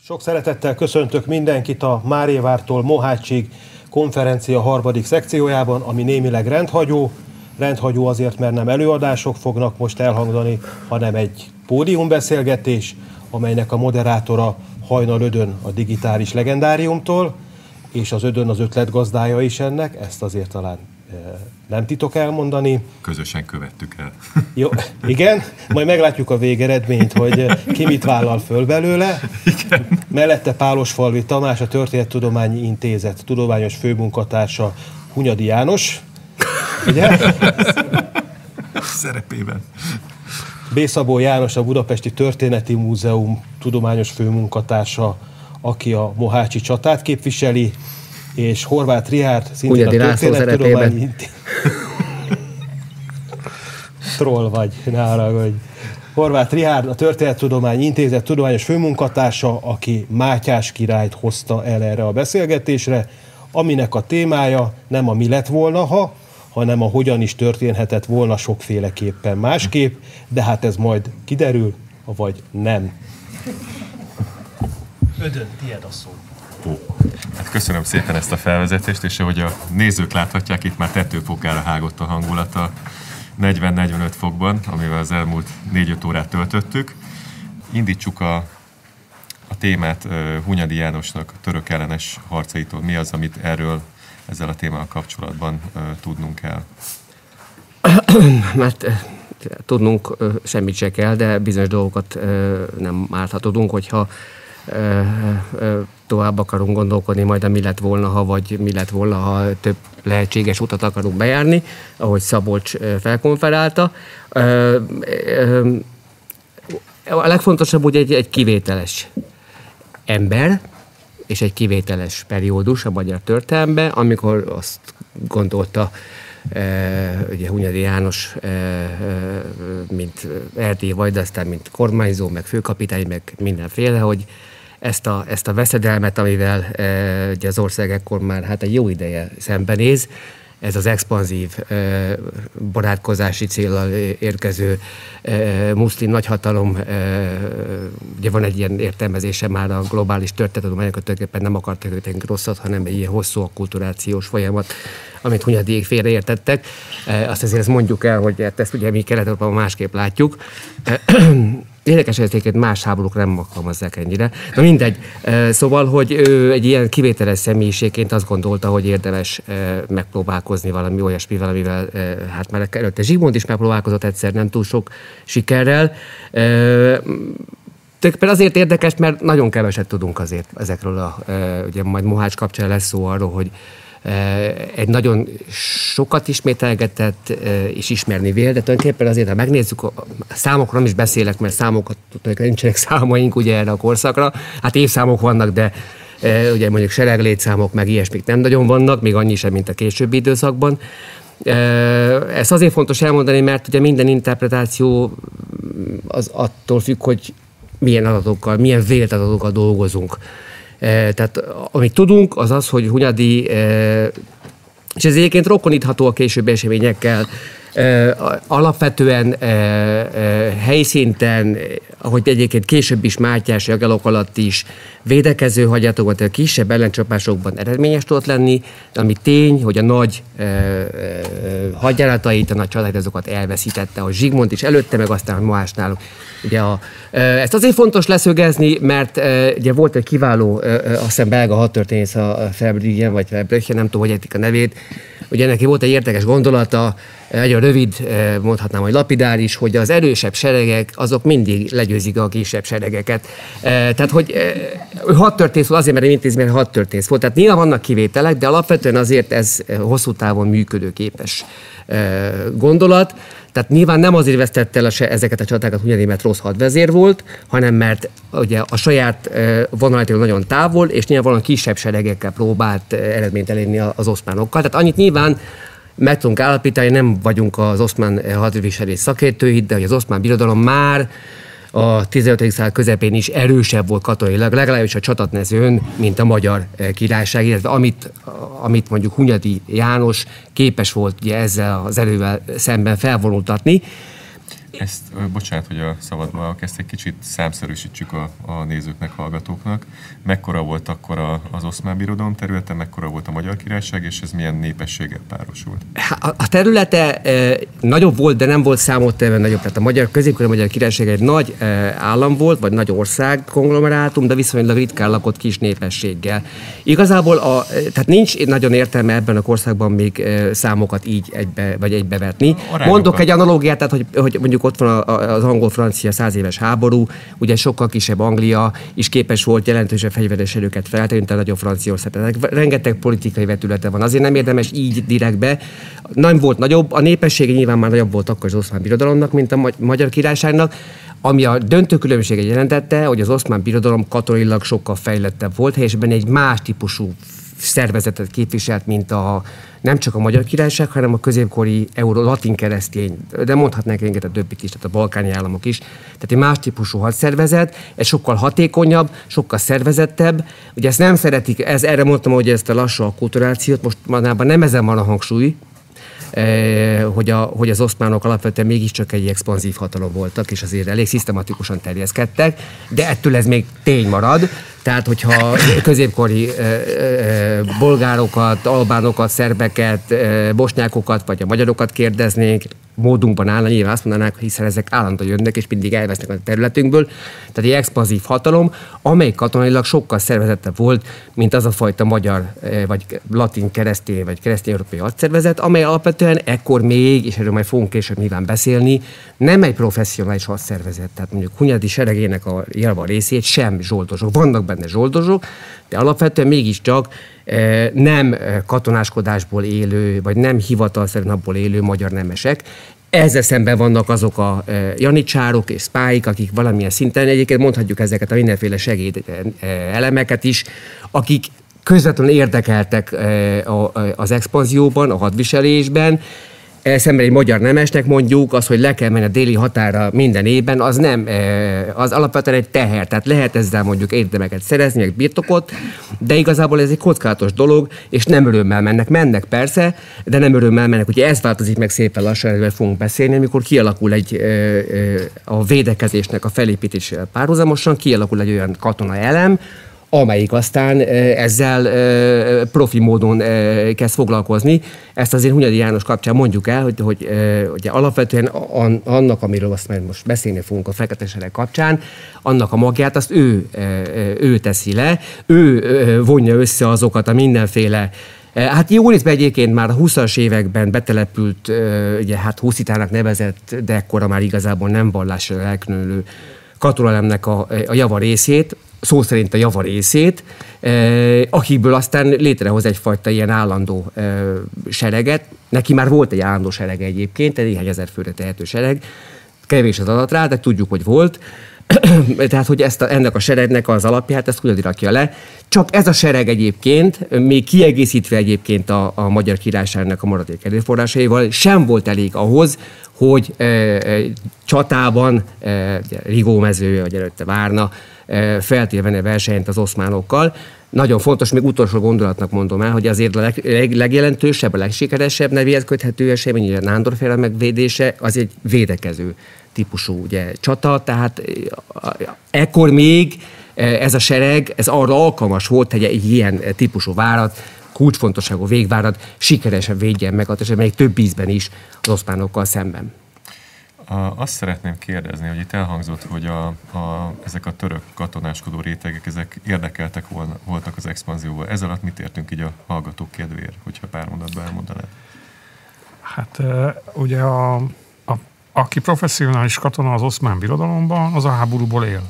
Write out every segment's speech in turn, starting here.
Sok szeretettel köszöntök mindenkit a Márévártól Mohácsig konferencia 3. szekciójában, ami némileg rendhagyó. Rendhagyó azért, mert nem előadások fognak most elhangzani, hanem egy pódiumbeszélgetés, amelynek a moderátora Hajnal Ödön a digitális legendáriumtól, és az Ödön az ötletgazdája is ennek, ezt azért talán nem titok elmondani. Közösen követtük el. Jó, igen, majd meglátjuk a végeredményt, hogy ki mit vállal föl belőle. Igen. Mellette Pálosfalvi Tamás, a Történettudományi Intézet tudományos főmunkatársa, Hunyadi János, ugye? Szerepében. B. Szabó János, a Budapesti Történeti Múzeum tudományos főmunkatársa, aki a mohácsi csatát képviseli, és Horváth Richárd, szintén Hunyadi a Történettudományi Intézet. Troll vagy, ne haragudj. Horváth Richárd, a Történettudományi Intézet tudományos főmunkatársa, aki Mátyás királyt hozta el erre a beszélgetésre, aminek a témája nem a mi lett volna, ha, hanem a hogyan is történhetett volna sokféleképpen másképp, de hát ez majd kiderül, vagy nem. Ödön, tiéd a szó. Hát köszönöm szépen ezt a felvezetést, és ahogy a nézők láthatják, itt már tetőfokára hágott a hangulata 40-45 fokban, amivel az elmúlt 4-5 órát töltöttük. Indítsuk a témát Hunyadi Jánosnak török ellenes harcaitól. Mi az, amit ezzel a témával kapcsolatban tudnunk kell? Mert tudnunk semmit se kell, de bizonyos dolgokat nem árthatunk, hogyha tovább akarunk gondolkodni majd a mi lett volna, ha, vagy mi lett volna, ha több lehetséges utat akarunk bejárni, ahogy Szabolcs felkonferálta. A legfontosabb ugye egy kivételes ember, és egy kivételes periódus a magyar történelemben, amikor azt gondolta ugye Hunyadi János, mint erdélyi vajda, aztán mint kormányzó, meg főkapitány, meg mindenféle, hogy ezt a veszedelmet, amivel ugye az ország ekkor már hát egy jó ideje szembenéz, ez az expanzív, barátkozási céllal érkező muszlim nagyhatalom, ugye van egy ilyen értelmezése már a globális történetudományokat, tulajdonképpen nem akartak ők rosszat, hanem egy ilyen hosszú akkulturációs folyamat, amit Hunyadiék félreértettek. Azt azért ezt mondjuk el, hogy ezt ugye mi Kelet-Európában másképp látjuk. Érdekes, hogy ezeket más háborúk nem alkalmazzák ennyire. Na mindegy. Szóval, hogy ő egy ilyen kivételes személyiségként azt gondolta, hogy érdemes megpróbálkozni valami olyasmivel, amivel hát már előtte Zsigmond is megpróbálkozott egyszer, nem túl sok sikerrel. Tulajdonképpen azért érdekes, mert nagyon keveset tudunk azért ezekről ugye majd Mohács kapcsán lesz szó arról, hogy egy nagyon sokat ismételgetett és ismerni vél, de tulajdonképpen azért, ha megnézzük, a számokról nem is beszélek, mert számokat nincsenek számaink ugye erre a korszakra. Hát évszámok vannak, de ugye mondjuk sereglétszámok, meg ilyesmik nem nagyon vannak, még annyi sem, mint a későbbi időszakban. Ez azért fontos elmondani, mert ugye minden interpretáció az attól függ, hogy milyen adatokkal, milyen vélt adatokkal dolgozunk. Tehát amit tudunk, az az, hogy Hunyadi, és ez egyébként rokonítható a későbbi eseményekkel, alapvetően helyszinten, ahogy egyébként később is Mátyás Jagelok alatt is védekező hagyatokban, tehát kisebb ellencsapásokban eredményes tudott lenni, ami tény, hogy a nagy hadjáratait, a nagy csatáit, azokat elveszítette, a Zsigmond is előtte, meg aztán a Mohácsnál. Ugye ezt azért fontos leszögezni, mert ugye volt egy kiváló, azt hiszem belga hadtörténész, a Felbrüggen, vagy Felbrüggen, nem tudom, hogy ejtik a nevét, ugye neki volt egy érdekes gondolata, nagyon rövid, mondhatnám, hogy lapidáris, hogy az erősebb seregek, azok mindig legyőzik a kisebb seregeket. Tehát, hogy hadtörténész volt, azért, mert egy intézmény hadtörténész volt. Tehát nyilván vannak kivételek, de alapvetően azért ez hosszú távon működőképes gondolat. Tehát nyilván nem azért vesztette el ezeket a csatákat Hunyadi, mert rossz hadvezér volt, hanem mert ugye a saját vonalától nagyon távol, és nyilván kisebb seregekkel próbált eredményt elérni az oszmánokkal. Tehát annyit nyilván meg tudunk állapítani, nem vagyunk az oszmán hadviselés szakértői, de hogy az oszmán birodalom már a 15. század közepén is erősebb volt katonailag, legalábbis a csatatmezőn, mint a magyar királyság, illetve amit mondjuk Hunyadi János képes volt ugye ezzel az erővel szemben felvonultatni. Ezt, bocsánat, hogy a szabadba ezt egy kicsit számszerűsítsük a nézőknek, hallgatóknak. Mekkora volt akkor az Oszmán Birodalom területe, mekkora volt a Magyar Királyság, és ez milyen népességgel párosult? A területe nagyobb volt, de nem volt számottevően nagyobb. Tehát a középkori Magyar Királyság egy nagy állam volt, vagy nagy ország konglomerátum, de viszonylag ritkán lakott kis népességgel. Igazából tehát nincs nagyon értelme ebben a országban még számokat így egybevetni. Mondok egy analógiát, tehát hogy mondjuk ott van az angol-francia 100 éves háború, ugye sokkal kisebb Anglia is képes volt jelentősebb fegyveres erőket feltenni, mint a nagyobb Franciaország. Tehát rengeteg politikai vetülete van. Azért nem érdemes így direktbe. Nem volt nagyobb, a népessége nyilván már nagyobb volt akkor az Oszmán Birodalomnak, mint a Magyar Királyságnak, ami a döntő különbséget jelentette, hogy az Oszmán Birodalom katonailag sokkal fejlettebb volt, helyesben egy más típusú szervezetet képviselt, mint nem csak a Magyar Királyság, hanem a középkori latin keresztény, de mondhatnánk engedt a többik is, tehát a balkáni államok is. Tehát egy más típusú hadszervezet, egy sokkal hatékonyabb, sokkal szervezettebb. Ugye ezt nem szeretik, erre mondtam, hogy ezt a lassú akkulturációt, most manában nem ezen van a hangsúly, hogy az oszmánok alapvetően mégiscsak egy expanzív hatalom voltak, és azért elég szisztematikusan terjeszkedtek, de ettől ez még tény marad. Tehát, hogyha középkori bolgárokat, albánokat, szerbeket, bosnyákokat vagy a magyarokat kérdeznénk, módunkban állna, nyilván azt mondanák, hiszen ezek állandóan jönnek, és mindig elvesznek a területünkből. Tehát egy expanzív hatalom, amely katonailag sokkal szervezettebb volt, mint az a fajta magyar, vagy latin keresztény, vagy keresztény-európai hadszervezet, amely alapvetően ekkor még, és erről majd fogunk később nyilván beszélni, nem egy professzionális hadszervezet. Tehát mondjuk Hunyadi seregének a java részét sem zsoldosok. Vannak benne zsoldosok, de alapvetően mégiscsak nem katonáskodásból élő, vagy nem hivatalszerűen abból élő magyar nemesek. Ezzel szemben vannak azok a janicsárok és szpáik, akik valamilyen szinten, egyébként mondhatjuk ezeket a mindenféle segéd elemeket is, akik közvetlenül érdekeltek az expanzióban, a hadviselésben. Szemben egy magyar nemesnek mondjuk az, hogy le kell menni a déli határa minden évben, az nem, az alapvetően egy teher, tehát lehet ezzel mondjuk érdemeket szerezni, meg birtokot, de igazából ez egy kockázatos dolog, és nem örömmel mennek persze, de nem örömmel mennek. Ugye ez változik meg szépen lassan, erről fogunk beszélni, amikor kialakul a védekezésnek a felépítésével párhuzamosan, kialakul egy olyan katona elem, amelyik aztán ezzel profi módon kezd foglalkozni. Ezt azért Hunyadi János kapcsán mondjuk el, hogy alapvetően annak, amiről azt már most beszélni fogunk a Fekete Sereg kapcsán, annak a magját azt ő teszi le, ő vonja össze azokat a mindenféle. Hát jó részben egyébként már a 20-as években betelepült, ugye hát huszitának nevezett, de ekkora már igazából nem vallásra elkülönülő katonaelemnek a java részét, szó szerint a java részét, akikből aztán létrehoz egyfajta ilyen állandó sereget. Neki már volt egy állandó serege egyébként, egy néhány ezer főre tehető sereg. Kevés az adat rá, de tudjuk, hogy volt. Tehát, hogy ennek a seregnek az alapját, ezt Hunyadi rakja le. Csak ez a sereg egyébként, még kiegészítve egyébként a Magyar Királyságnak a maradék erőforrásaival, sem volt elég ahhoz, hogy csatában Rigómező, vagy előtte Várna feltéve versenyt az oszmánokkal. Nagyon fontos, még utolsó gondolatnak mondom el, hogy azért a legjelentősebb, a legsikeresebb nevéhez köthető esemény, a Nándorféle megvédése, az egy védekező típusú ugye, csata, tehát ekkor még ez a sereg, ez arra alkalmas volt, hogy egy ilyen típusú várat, kulcsfontosságú végvárat sikeresen védjen meg, és még több ízben is az oszmánokkal szemben. Azt szeretném kérdezni, hogy itt elhangzott, hogy ezek a török katonáskodó rétegek, ezek érdekeltek voltak az expanzióval. Ez alatt mit értünk így a hallgatók kedvéért, hogyha pár mondatban elmondanád? Hát ugye aki professzionális katona az Oszmán Birodalomban, az a háborúból él.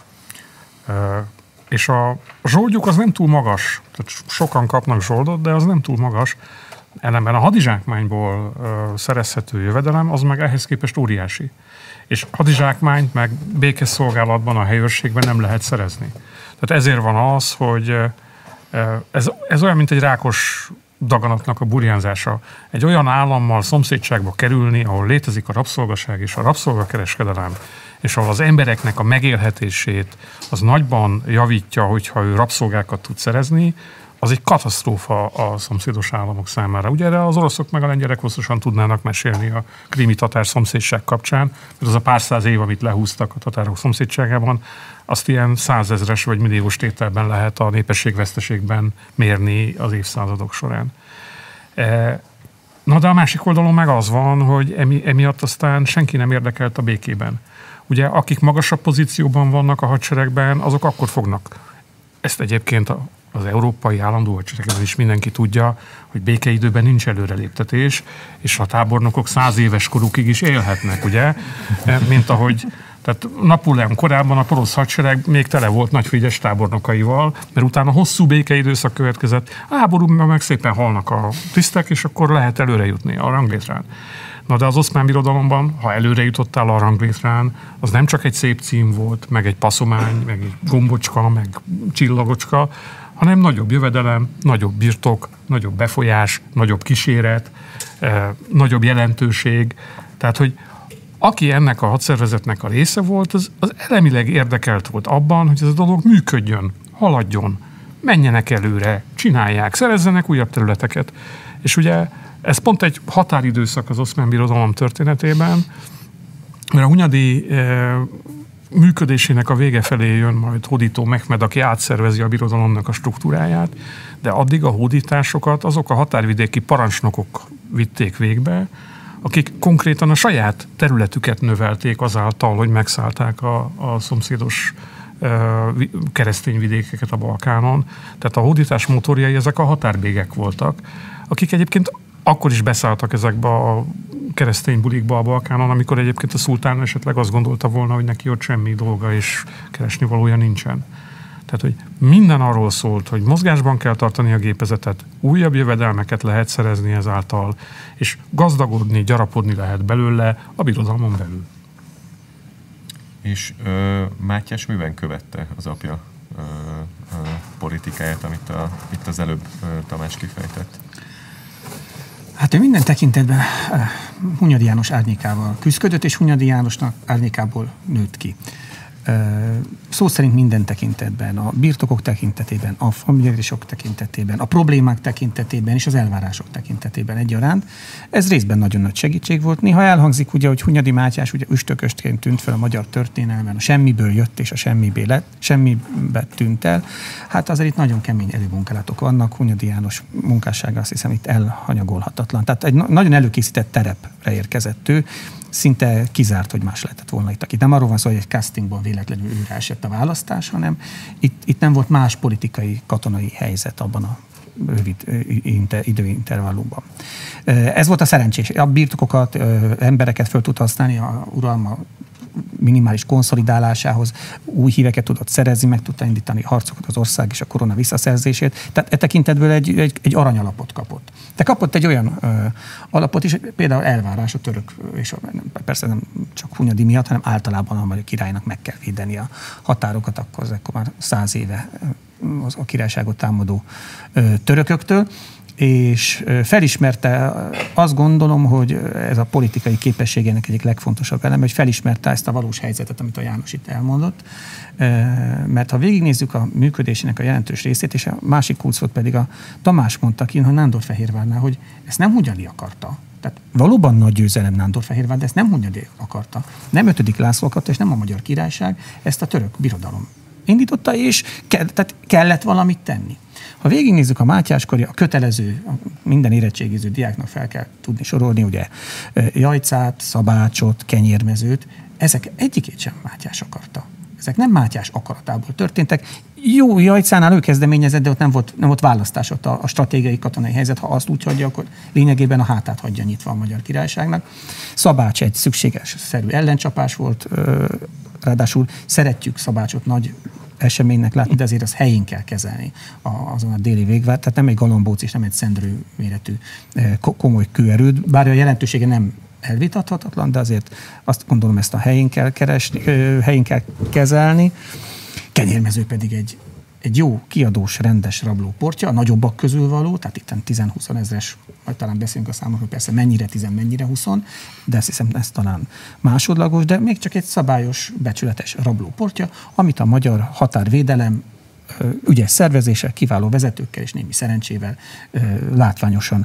És a zsoldjuk az nem túl magas. Tehát sokan kapnak zsoldot, de az nem túl magas. Ellenben a hadizsákmányból szerezhető jövedelem, az meg ehhez képest óriási. És hadizsákmányt meg békeszolgálatban, a helyőrségben nem lehet szerezni. Tehát ezért van az, hogy ez olyan, mint egy rákos daganatnak a burjánzása. Egy olyan állammal szomszédságba kerülni, ahol létezik a rabszolgaság és a rabszolgakereskedelem, és ahol az embereknek a megélhetését az nagyban javítja, hogyha ő rabszolgákat tud szerezni, az egy katasztrófa a szomszédos államok számára. Ugye erre az oroszok meg a lengyelek hosszasan tudnának mesélni a krími tatár szomszédság kapcsán, mert az a pár száz év, amit lehúztak a tatárok szomszédságában, azt ilyen 100 000-es vagy milliós tételben lehet a népességveszteségben mérni az évszázadok során. Na de a másik oldalon meg az van, hogy emiatt aztán senki nem érdekelt a békében. Ugye akik magasabb pozícióban vannak a hadseregben, azok akkor fognak. Ezt egyébként az európai állandó hadseregben is mindenki tudja, hogy békeidőben nincs előreléptetés, és a tábornokok 100 éves korukig is élhetnek, ugye? Mint ahogy tehát Napóleon korábban a porosz hadsereg még tele volt nagy frigyes tábornokaival, mert utána hosszú békeidőszak következett, háborúban meg szépen halnak a tisztek, és akkor lehet előre jutni a ranglétrán. Na de az Oszmán Birodalomban, ha előre jutottál a ranglétrán, az nem csak egy szép cím volt, meg egy passzomány, meg egy gombocska, meg csillagocska, hanem nagyobb jövedelem, nagyobb birtok, nagyobb befolyás, nagyobb kíséret, nagyobb jelentőség. Tehát, hogy aki ennek a hadszervezetnek a része volt, az elemileg érdekelt volt abban, hogy ez a dolog működjön, haladjon, menjenek előre, csinálják, szerezzenek újabb területeket. És ugye ez pont egy határidőszak az Oszmán Birodalom történetében, mert a hunyadi működésének a vége felé jön majd hódító Mehmed, aki átszervezi a birodalomnak a struktúráját, de addig a hódításokat azok a határvidéki parancsnokok vitték végbe, akik konkrétan a saját területüket növelték azáltal, hogy megszállták a szomszédos keresztény vidékeket a Balkánon. Tehát a hódítás motorjai ezek a határbégek voltak, akik egyébként akkor is beszálltak ezekbe a keresztény bulikba a Balkánon, amikor egyébként a szultán esetleg azt gondolta volna, hogy neki ott semmi dolga és keresni valója nincsen. Tehát, hogy minden arról szólt, hogy mozgásban kell tartani a gépezetet, újabb jövedelmeket lehet szerezni ezáltal, és gazdagodni, gyarapodni lehet belőle a birodalmon belül. És Mátyás miben követte az apja politikáját, amit itt az előbb Tamás kifejtett? Hát ő minden tekintetben Hunyadi János árnyékával küzdött, és Hunyadi Jánosnak árnyékából nőtt ki. Szó szerint minden tekintetben, a birtokok tekintetében, a familiarisok tekintetében, a problémák tekintetében és az elvárások tekintetében egyaránt. Ez részben nagyon nagy segítség volt. Néha elhangzik ugye, hogy Hunyadi Mátyás ugye üstököstként tűnt fel a magyar történelmen, a semmiből jött és a semmibe tűnt el. Hát azért itt nagyon kemény előmunkálatok vannak. Hunyadi János munkássága azt hiszem itt elhanyagolhatatlan. Tehát egy nagyon előkészített terepre érkezett ő, szinte kizárt, hogy más lehetett volna itt. Nem arról van szó, hogy egy castingban véletlenül őre esett a választás, hanem itt nem volt más politikai, katonai helyzet abban a rövid időintervallumban. Ez volt a szerencsés. A birtokokat, embereket föl tud használni, a uralma minimális konszolidálásához új híveket tudott szerezni, meg tudta indítani harcokat az ország és a korona visszaszerzését. Tehát e tekintetből egy aranyalapot kapott. De kapott egy olyan alapot is, például elvárás a török, és persze nem csak Hunyadi miatt, hanem általában a magyar királynak meg kell védeni a határokat, akkor már 100 éve a királyságot támadó törököktől, és felismerte, azt gondolom, hogy ez a politikai képességének egyik legfontosabb eleme, hogy felismerte ezt a valós helyzetet, amit a János itt elmondott, mert ha végignézzük a működésének a jelentős részét, és a másik kulcsot pedig a Tamás mondta ki, hogy Nándorfehérvárnál, hogy ezt nem Hunyadi akarta. Tehát valóban nagy győzelem Nándorfehérvár, de ezt nem Hunyadi akarta. Nem 5. László akarta, és nem a Magyar Királyság, ezt a török birodalom indította, és tehát kellett valamit tenni. Ha végignézzük a Mátyáskori, a kötelező, minden érettségiző diáknak fel kell tudni sorolni, ugye Jajcát, Szabácsot, Kenyérmezőt, ezek egyikét sem Mátyás akarta. Ezek nem Mátyás akaratából történtek. Jó, Jajcánál ő kezdeményezett, de ott nem volt választás, ott a stratégiai katonai helyzet, ha azt úgy hagyja, akkor lényegében a hátát hagyja nyitva a Magyar Királyságnak. Szabács egy szükséges szerű ellencsapás volt, ráadásul szeretjük Szabácsot nagy eseménynek látni, de azért azt helyén kell kezelni azon a déli végvár. Tehát nem egy galambóc és nem egy szendrő méretű komoly kőerőd, bár a jelentősége nem elvitathatatlan, de azért azt gondolom, ezt a helyén kell keresni, helyén kell kezelni. Kenyérmező pedig egy jó, kiadós, rendes rablóportja, a nagyobbak közül való, tehát itt 10-20 ezres, vagy talán beszélünk a számokról, persze mennyire 10, mennyire 20, de azt hiszem, ez talán másodlagos, de még csak egy szabályos, becsületes rablóportja, amit a magyar határvédelem ügyes szervezéssel, kiváló vezetőkkel és némi szerencsével látványosan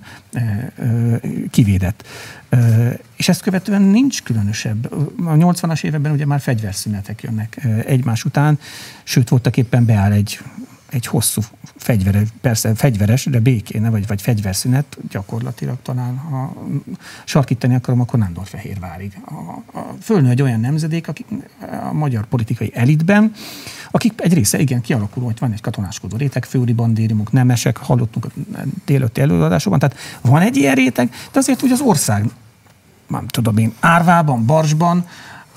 kivédett. És ezt követően nincs különösebb. A 80-as években ugye már fegyverszünetek jönnek egymás után, sőt voltak éppen beáll egy hosszú persze fegyveres, de békéne, vagy fegyverszünet, gyakorlatilag talán, ha sarkítani akarom, akkor Nándorfehérvárig. Fölnő egy olyan nemzedék, akik a magyar politikai elitben, akik egy része igen kialakuló, hogy van egy katonáskodó réteg, főúri bandériumok, nemesek, hallottunk a délelőtti előadásokban, tehát van egy ilyen réteg, de azért úgy az ország, nem tudom én, Árvában, Barsban,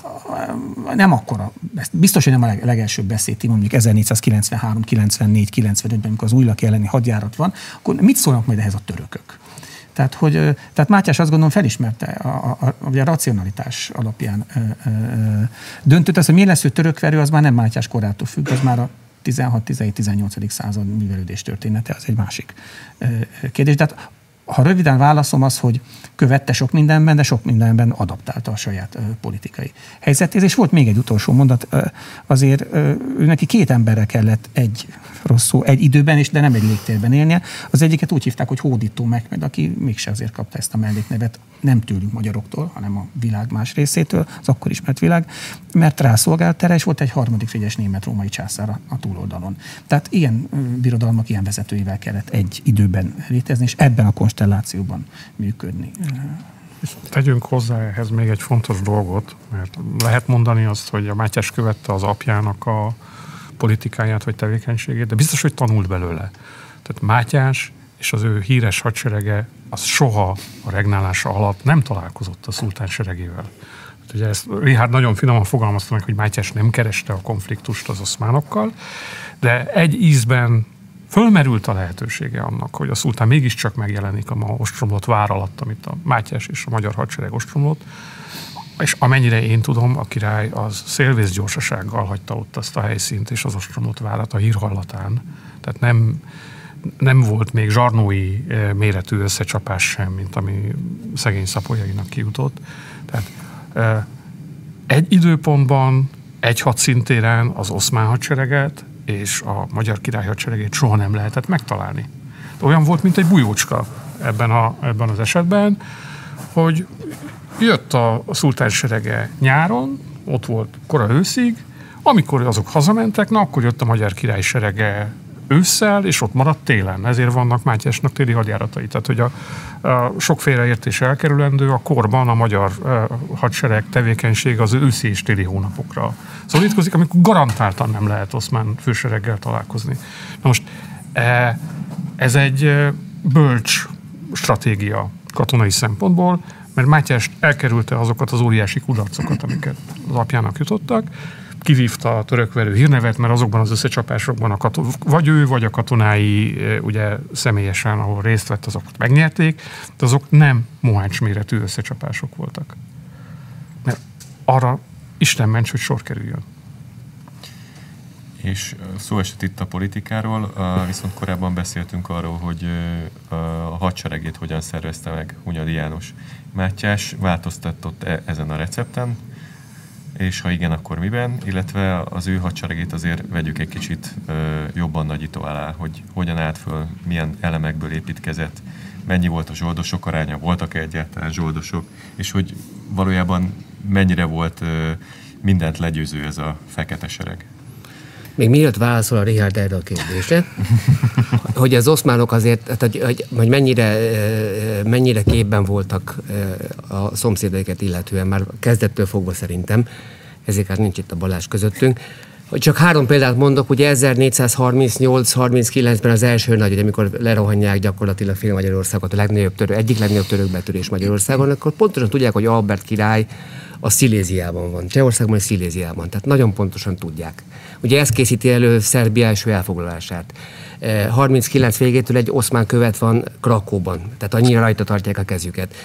nem akkora, biztos, hogy nem a legelső beszéd, mondjuk 1493, 94, 95-ben, amikor az újlaki elleni hadjárat van, akkor mit szólnak majd ehhez a törökök? Tehát Mátyás azt gondolom felismerte a racionalitás alapján döntött, az, hogy mi lesz ő törökverő, az már nem Mátyás korától függ, az már a 16-17-18. Század művelődés története, az egy másik kérdés. Tehát ha röviden válaszom az, hogy követte sok mindenben, de sok mindenben adaptálta a saját politikai helyzetéhez. És volt még egy utolsó mondat, azért ő neki 2 emberre kellett egy időben, de nem egy légtérben élnie. Az egyiket úgy hívták, hogy Hódító Mehmed, aki mégse azért kapta ezt a melléknevet, nem tőlünk magyaroktól, hanem a világ más részétől, az akkor ismert világ, mert rászolgált erre, és volt egy 3. Frigyes német-római császár a túloldalon. Tehát ilyen birodalmak, ilyen vezetőivel kellett egy időben létezni, és ebben a konstellációban működni. Tegyünk hozzá ehhez még egy fontos dolgot, mert lehet mondani azt, hogy a Mátyás követte az apjának a politikáját vagy tevékenységét, de biztos, hogy tanult belőle. Tehát Mátyás és az ő híres hadserege az soha a regnálása alatt nem találkozott a szultán seregével. Tehát ugye ezt Richárd nagyon finoman fogalmazta meg, hogy Mátyás nem kereste a konfliktust az oszmánokkal, de egy ízben fölmerült a lehetősége annak, hogy a szultán mégiscsak megjelenik a ma ostromlott vár alatt, amit a Mátyás és a magyar hadsereg ostromlott, és amennyire én tudom, a király az szélvész gyorsasággal hagyta ott azt a helyszínt és az ostromlott várat a hírhallatán. Tehát nem volt még zsarnói méretű összecsapás sem, mint ami szegény szapolyainak kijutott. Tehát egy időpontban, egy hadszintéren az oszmán hadsereget és a magyar király hadseregét soha nem lehetett megtalálni. Olyan volt, mint egy bujócska ebben az esetben, hogy jött a szultán serege nyáron, ott volt kora őszig, amikor azok hazamentek, akkor jött a magyar király serege ősszel, és ott maradt télen. Ezért vannak Mátyásnak téli hadjáratai. Tehát, hogy a sok félreértés elkerülendő, a korban a magyar hadsereg tevékenység az őszi és téli hónapokra szorítkozik, amikor garantáltan nem lehet oszmán fősereggel találkozni. Na most ez egy bölcs stratégia katonai szempontból, mert Mátyás elkerülte azokat az óriási kudarcokat, amiket az apjának jutottak, kivívta a törökverő hírnevet, mert azokban az összecsapásokban vagy ő, vagy a katonái ugye személyesen, ahol részt vett, azokat megnyerték, de azok nem Mohács méretű összecsapások voltak. Mert arra Isten ments, hogy sor kerüljön. És szó esett itt a politikáról, viszont korábban beszéltünk arról, hogy a hadseregét hogyan szervezte meg Hunyadi János. Mátyás változtatott ezen a recepten, és ha igen, akkor miben, illetve az ő hadseregét azért vegyük egy kicsit jobban nagyító alá, hogy hogyan állt föl, milyen elemekből építkezett, mennyi volt a zsoldosok aránya, voltak-e egyáltalán zsoldosok, és hogy valójában mennyire volt mindent legyőző ez a fekete sereg. Még mielőtt válaszol a Richárd erre a kérdésre, hogy az oszmánok azért, hogy mennyire képben voltak a szomszédaikat illetően, már kezdettől fogva szerintem, ezért hát nincs itt a Balázs közöttünk. Csak 3 példát mondok, ugye 1438-39-ben az első nagy, amikor lerohanják gyakorlatilag fél Magyarországot, egyik legnagyobb török betörés Magyarországon, akkor pontosan tudják, hogy Albert király a Sziléziában van, Csehországban és Sziléziában, tehát nagyon pontosan tudják. Ugye ez készíti elő Szerbia első elfoglalását. 39 végétől egy oszmán követ van Krakóban, tehát annyira rajta tartják a kezüket.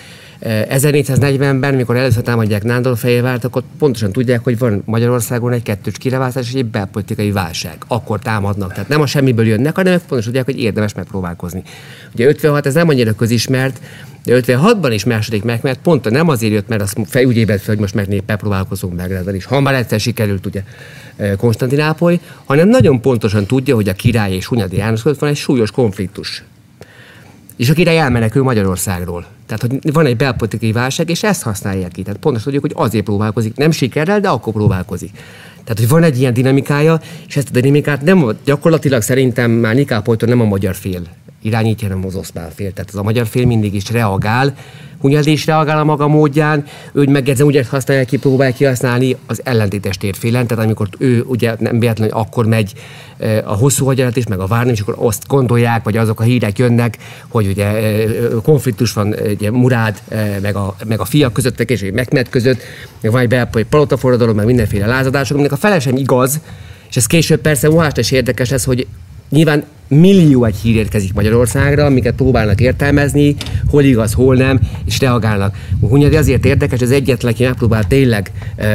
1440-ben, mikor először támadják Nándorfehérvárt, akkor pontosan tudják, hogy van Magyarországon egy kettős kirevásztás és egy belpolitikai válság. Akkor támadnak. Tehát nem a semmiből jönnek, hanem pontosan tudják, hogy érdemes megpróbálkozni. Ugye 56 ez nem annyira közismert, de 56-ban is második meg, mert pont nem azért jött, mert azt úgy ébredt fel, hogy most megpróbálkozunk megrendeni. És ha már egyszer sikerült ugye Konstantinápoly, hanem nagyon pontosan tudja, hogy a király és Hunyadi János között van egy súlyos konfliktus. És a király elmenekül Magyarországról. Tehát, hogy van egy belpolitikai válság, és ezt használják ki. Tehát pontosan tudjuk, hogy azért próbálkozik. Nem sikerrel, de akkor próbálkozik. Tehát, hogy van egy ilyen dinamikája, és ezt a dinamikát gyakorlatilag szerintem már Nikápolytól nem a magyar fél irányítja, hanem az oszmán fél. Tehát az a magyar fél mindig is reagál, Hunyadi is reagál a maga módján, ő megjegyzem, úgy használja ki, próbálja kihasználni az ellentétes térfélen, tehát amikor ő ugye nem véletlenül akkor megy a hosszú hadjárat is, meg a várni, és akkor azt gondolják, vagy azok a hírek jönnek, hogy ugye konfliktus van ugye Murád, meg a fiak között, meg később Mehmed között, meg van egy belpolitikai palotaforradalom, meg mindenféle lázadások, aminek a fele sem igaz, és ez később persze Mohácsra is érdekes lesz, hogy nyilván millió egy hír érkezik Magyarországra, amiket próbálnak értelmezni, hol igaz, hol nem, és reagálnak. Hunyadi azért érdekes, az egyetlen, aki megpróbál tényleg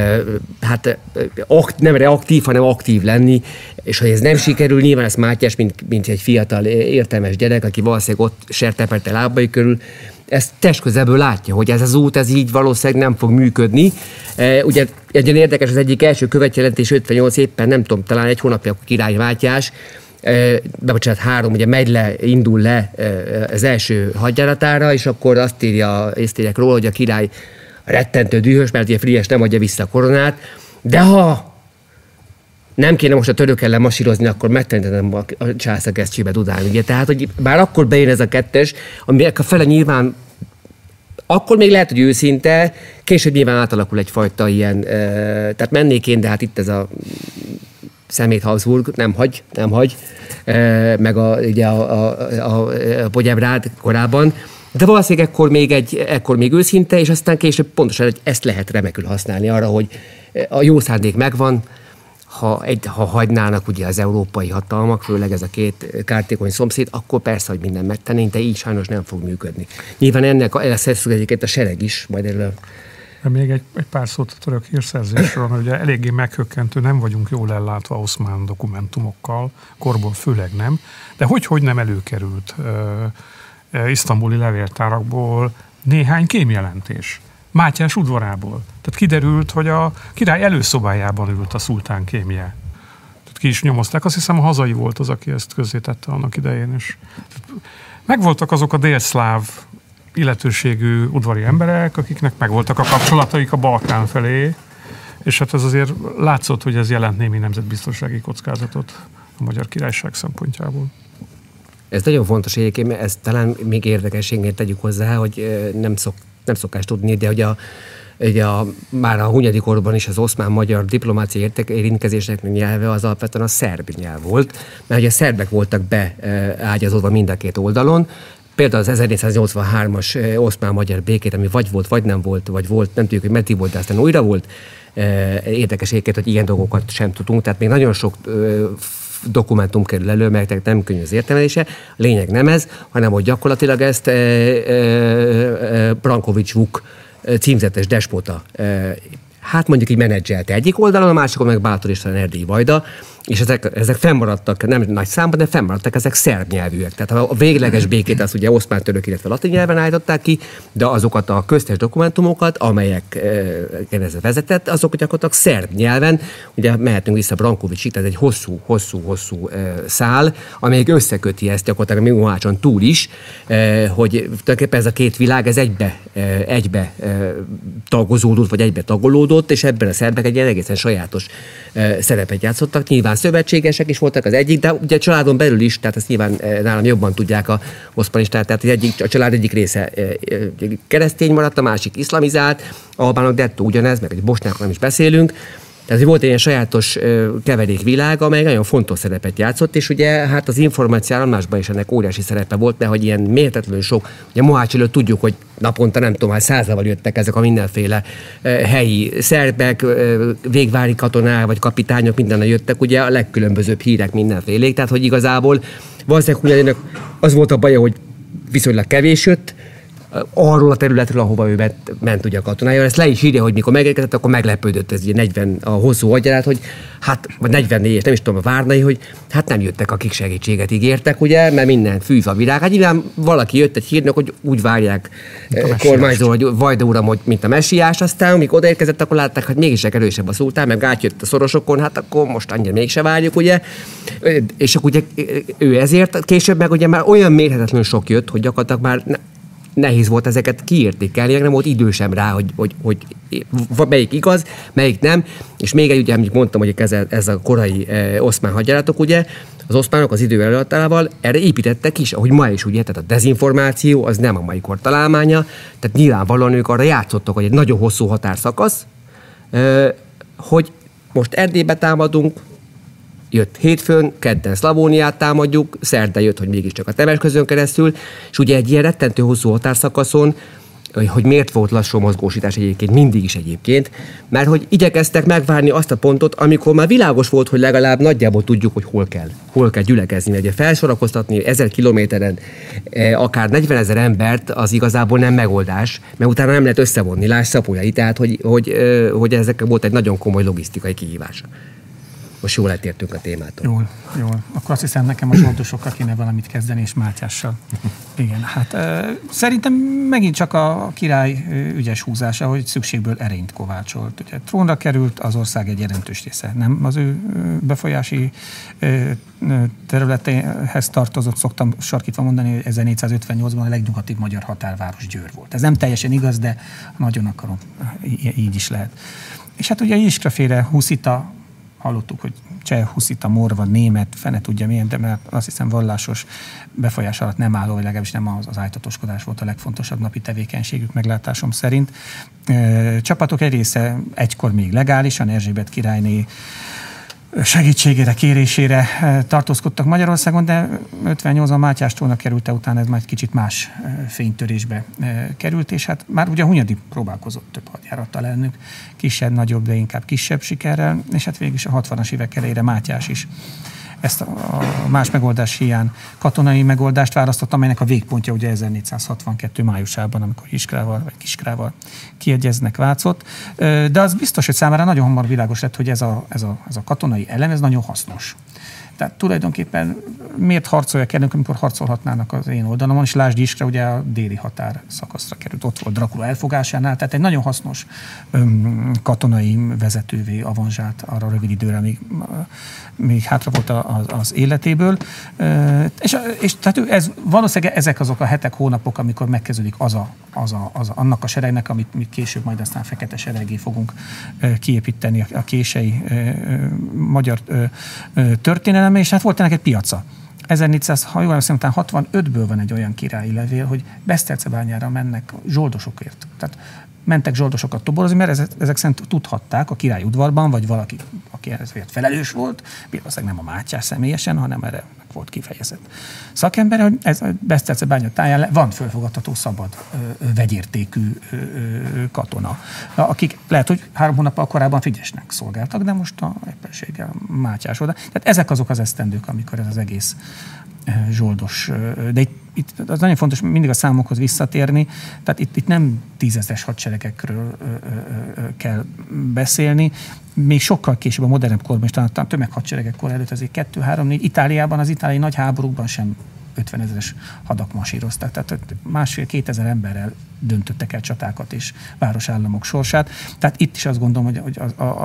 nem reaktív, hanem aktív lenni, és ha ez nem sikerül, nyilván ez Mátyás, mint egy fiatal értelmes gyerek, aki valószínűleg ott serteperte lábai körül, ezt testközelből látja, hogy ez az út, ez így valószínűleg nem fog működni. Ugye egyen érdekes, az egyik első követjelentés 58 éppen, nem tudom, talán egy hónapja a király Mátyás, bocsánat, 3, ugye indul le az első hadjáratára, és akkor azt írják róla, hogy a király rettentő dühös, mert ugye Frigyes nem adja vissza a koronát, de ha nem kéne most a török ellen masírozni, akkor megtanítanám a császár kesztyűbe dudálni. Ugye? Tehát, hogy bár akkor bejön ez a kettes, aminek a fele nyilván akkor még lehet, hogy őszinte, később nyilván átalakul egyfajta ilyen, tehát mennék én, de hát itt ez a szemét Habsburg, nem hagy, meg ugye a Pogyebrád korábban, de valószínűleg ekkor még őszinte, és aztán később pontosan hogy ezt lehet remekül használni arra, hogy a jó szándék megvan, ha hagynának ugye az európai hatalmak, főleg ez a két kártékony szomszéd, akkor persze, hogy minden megtennénk, de így sajnos nem fog működni. Nyilván ennek egyébként a sereg is, majd erről. Még egy pár szót a török hírszerzésről, mert ugye eléggé meghökkentő, nem vagyunk jól ellátva oszmán dokumentumokkal, korból főleg nem, de hogy nem előkerült isztambuli levéltárakból néhány kémjelentés. Mátyás udvarából. Tehát kiderült, hogy a király előszobájában ült a szultán kémje. Tehát ki is nyomozták. Azt hiszem, a hazai volt az, aki ezt közzétette annak idején is. Megvoltak azok a délszláv illetőségű udvari emberek, akiknek megvoltak a kapcsolataik a Balkán felé, és hát ez azért látszott, hogy ez jelent némi nemzetbiztonsági kockázatot a Magyar Királyság szempontjából. Ez nagyon fontos egyébként, mert ez talán még érdekességét tegyük hozzá, hogy nem szokás tudni, de hogy már a Hunyadi korban is az oszmán-magyar diplomáciai érintkezésnek nyelve az alapvetően a szerb nyelv volt, mert ugye a szerbek voltak beágyazódva mind a két oldalon. Például az 1483-as oszmán-magyar békét, ami vagy volt, vagy nem volt, nem tudjuk, hogy meddig volt, de aztán újra volt. Érdekes egyébként, hogy ilyen dolgokat sem tudunk, tehát még nagyon sok dokumentum kerül elő, mert nem könnyű az értelmezése. Lényeg nem ez, hanem hogy gyakorlatilag ezt Brankovics Vuk címzetes despota hát mondjuk így menedzselte egyik oldalon, a másikon meg Bátor István Erdélyi Vajda, és ezek fennmaradtak, nem nagy számban, de fennmaradtak ezek szerb nyelvűek. Tehát a végleges békét azt ugye oszmán-török, illetve latin nyelven állították ki, de azokat a köztes dokumentumokat, amelyek ez vezetett, azok gyakorlatilag szerb nyelven, ugye mehetünk vissza Brankovicsig, tehát egy hosszú szál, amelyik összeköti ezt gyakorlatilag még Mohácson túl is, hogy tulajdonképpen ez a két világ, ez egybe tagozódott, vagy egybe tagolódott, és ebben a szerbek egy egészen sajátos szerepet játszottak. Nyilván szövetségesek is voltak az egyik, de ugye a családon belül is, tehát ezt nyilván nálam jobban tudják a oszmanistát, tehát a család egyik része keresztény maradt, a másik iszlamizált, albánok dettó ugyanez, meg egy bosnyákról nem is beszélünk. Tehát volt egy ilyen sajátos keverékvilág, amely nagyon fontos szerepet játszott, és ugye hát az információáramlásban is ennek óriási szerepe volt, mert hogy ilyen mérhetetlenül sok, ugye Mohács előtt tudjuk, hogy naponta nem tudom, 100-ával jöttek ezek a mindenféle helyi szerbek, végvári katonák vagy kapitányok, mindennel jöttek, ugye a legkülönbözőbb hírek mindenfélék, tehát hogy igazából valószínűleg az volt a baja, hogy viszonylag kevés jött, arról a területről, ahova ő ment ugye a katonája. Ezt le is írja, hogy mikor megérkezett, akkor meglepődött ez ugye 40 a hosszú hadjárat, hogy hát, vagy 44, nem is tudom, a Várnai, hogy hát nem jöttek, akik segítséget ígértek, ugye, mert minden fűz a virág. Hát nyilván valaki jött egy hírnök, hogy úgy várják kormányzó, hogy Vajda uram, hogy mint a messiás, aztán amikor odaérkezett, akkor látták, hogy mégis erősebb a szultán, meg átjött a szorosokon, hát akkor most annyira mégse várjuk, ugye. És akkor ugye ő ezért később meg ugye már olyan mérhetetlenül sok jött, hogy gyakorlatilag már nehéz volt ezeket kiértékelni, nem volt idő sem rá, hogy melyik igaz, melyik nem. És még egy, ugye, amit mondtam, hogy ez a korai oszmán hadjáratok, ugye, az oszmánok az idő előadtával erre építettek is, ahogy ma is, ugye, tehát a dezinformáció az nem a mai kor találmánya, tehát nyilvánvalóan ők arra játszottak, hogy egy nagyon hosszú határszakasz, hogy most Erdélybe támadunk, jött hétfőn, kedden Szlavóniát támadjuk, szerdán jött, hogy mégiscsak a Temesközön keresztül, és ugye egy ilyen rettentő hosszú határszakaszon, hogy miért volt lassú mozgósítás egyébként, mindig is egyébként, mert hogy igyekeztek megvárni azt a pontot, amikor már világos volt, hogy legalább nagyjából tudjuk, hogy hol kell gyülekezni, mert ugye felsorakoztatni 1000 kilométeren akár 40 000 embert, az igazából nem megoldás, mert utána nem lehet összevonni, láss Szapolyai, tehát hogy ezek volt egy nagyon komoly logisztikai kihívás. Most jól eltértünk a témától. Jól. Akkor azt hiszem, nekem a zsoldosokkal kéne valamit kezdeni, és Mátyással. Igen, hát szerintem megint csak a király ügyes húzása, hogy szükségből erényt kovácsolt. Ugye trónra került, az ország egy jelentős része. Nem az ő befolyási területéhez tartozott, szoktam sarkítva mondani, hogy 1458-ban a legnyugatibb magyar határváros Győr volt. Ez nem teljesen igaz, de nagyon akarom, így is lehet. És hát ugye Iskraféle huszita, hallottuk, hogy cseh, huszita, morva, német, fene tudja milyen, de mert azt hiszem vallásos befolyás alatt nem álló, vagy legalábbis nem az ájtatoskodás volt a legfontosabb napi tevékenységük meglátásom szerint. Csapatok egy része egykor még legálisan, Erzsébet királyné segítségére, kérésére tartózkodtak Magyarországon, de 58-ban Mátyás trónra került, utána ez már egy kicsit más fénytörésbe került, és hát már ugye Hunyadi próbálkozott több hadjárattal ellenük, kisebb, nagyobb, de inkább kisebb sikerrel, és hát végül is a 60-as évek elejére Mátyás is ezt a más megoldás hiány katonai megoldást választott, amelynek a végpontja ugye 1462 májusában, amikor Iskrával vagy Kiskrával kiegyeznek Vácot. De az biztos, hogy számára nagyon hamar világos lett, hogy ez a katonai elem, ez nagyon hasznos. Tehát tulajdonképpen miért harcoljak ellünk, amikor harcolhatnának az én oldalamon, és lásd Iskra ugye a déli határ szakaszra került, ott volt Dracula elfogásánál, tehát egy nagyon hasznos katonai vezetővé avanzsált arra rövid időre, még hátra volt az életéből. És tehát ez, valószínűleg ezek azok a hetek, hónapok, amikor megkezdődik annak a seregnek, amit mi később majd aztán fekete seregé fogunk kiépíteni a kései magyar történelem, és hát volt ennek egy piaca. 1400, ha jól emlékszem, 65-ből van egy olyan királyi levél, hogy Besztercebányára mennek zsoldosokért. Tehát mentek zsoldosokat toborozni, mert ezek szerint tudhatták a király udvarban, vagy valaki, aki ezért felelős volt, valószínűleg nem a Mátyás személyesen, hanem erre volt kifejezett szakember, hogy ez a Besztercebánya táján van fölfogadható szabad vegyértékű katona, akik lehet, hogy 3 hónappal korábban Frigyesnek szolgáltak, de most a éppenséggel Mátyás oda. Tehát ezek azok az esztendők, amikor ez az egész zsoldos, de itt az nagyon fontos mindig a számokhoz visszatérni, tehát itt nem 10 000-es hadseregekről kell beszélni, még sokkal később a modernebb korban is, talán a tömeghadseregekkor előtt azért 2-3-4, Itáliában, az itáliai nagy háborúkban sem 50 000-es hadak masíroztak, tehát 1,5-2 ezer emberrel döntöttek el csatákat és városállamok sorsát. Tehát itt is azt gondolom, hogy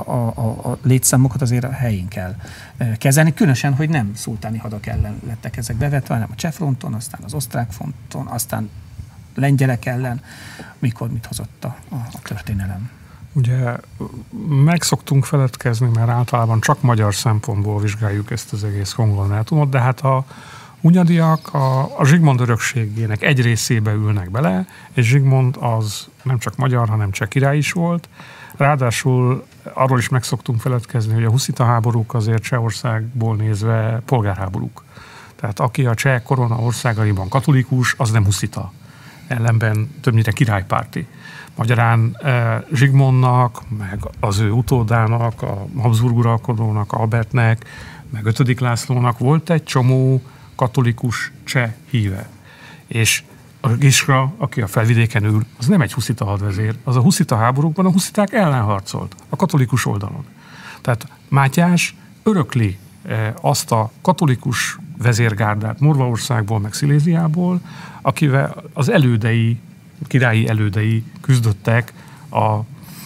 a létszámokat azért a helyén kell kezelni, különösen, hogy nem szultáni hadak ellen lettek ezek bevetve, hanem a cseh fronton, aztán az osztrák fronton, aztán lengyelek ellen, mikor mit hozott a történelem. Ugye meg szoktunk feledkezni, mert általában csak magyar szempontból vizsgáljuk ezt az egész konglomerátumot, de hát a Hunyadiak a Zsigmond örökségének egy részébe ülnek bele, és Zsigmond az nem csak magyar, hanem cseh király is volt. Ráadásul arról is meg szoktunk feledkezni, hogy a huszita háborúk azért Csehországból nézve polgárháborúk. Tehát aki a cseh korona országaiban katolikus, az nem huszita. Ellenben többnyire királypárti. Magyarán Zsigmondnak, meg az ő utódának, a Habsburg uralkodónak, Albertnek, meg 5. Lászlónak volt egy csomó katolikus cseh híve. És a Giskra, aki a felvidéken ül, az nem egy huszita hadvezér, az a huszita háborúkban a husziták ellen harcolt, a katolikus oldalon. Tehát Mátyás örökli azt a katolikus vezérgárdát Morvaországból, meg Sziléziából, akivel az elődei, királyi elődei küzdöttek a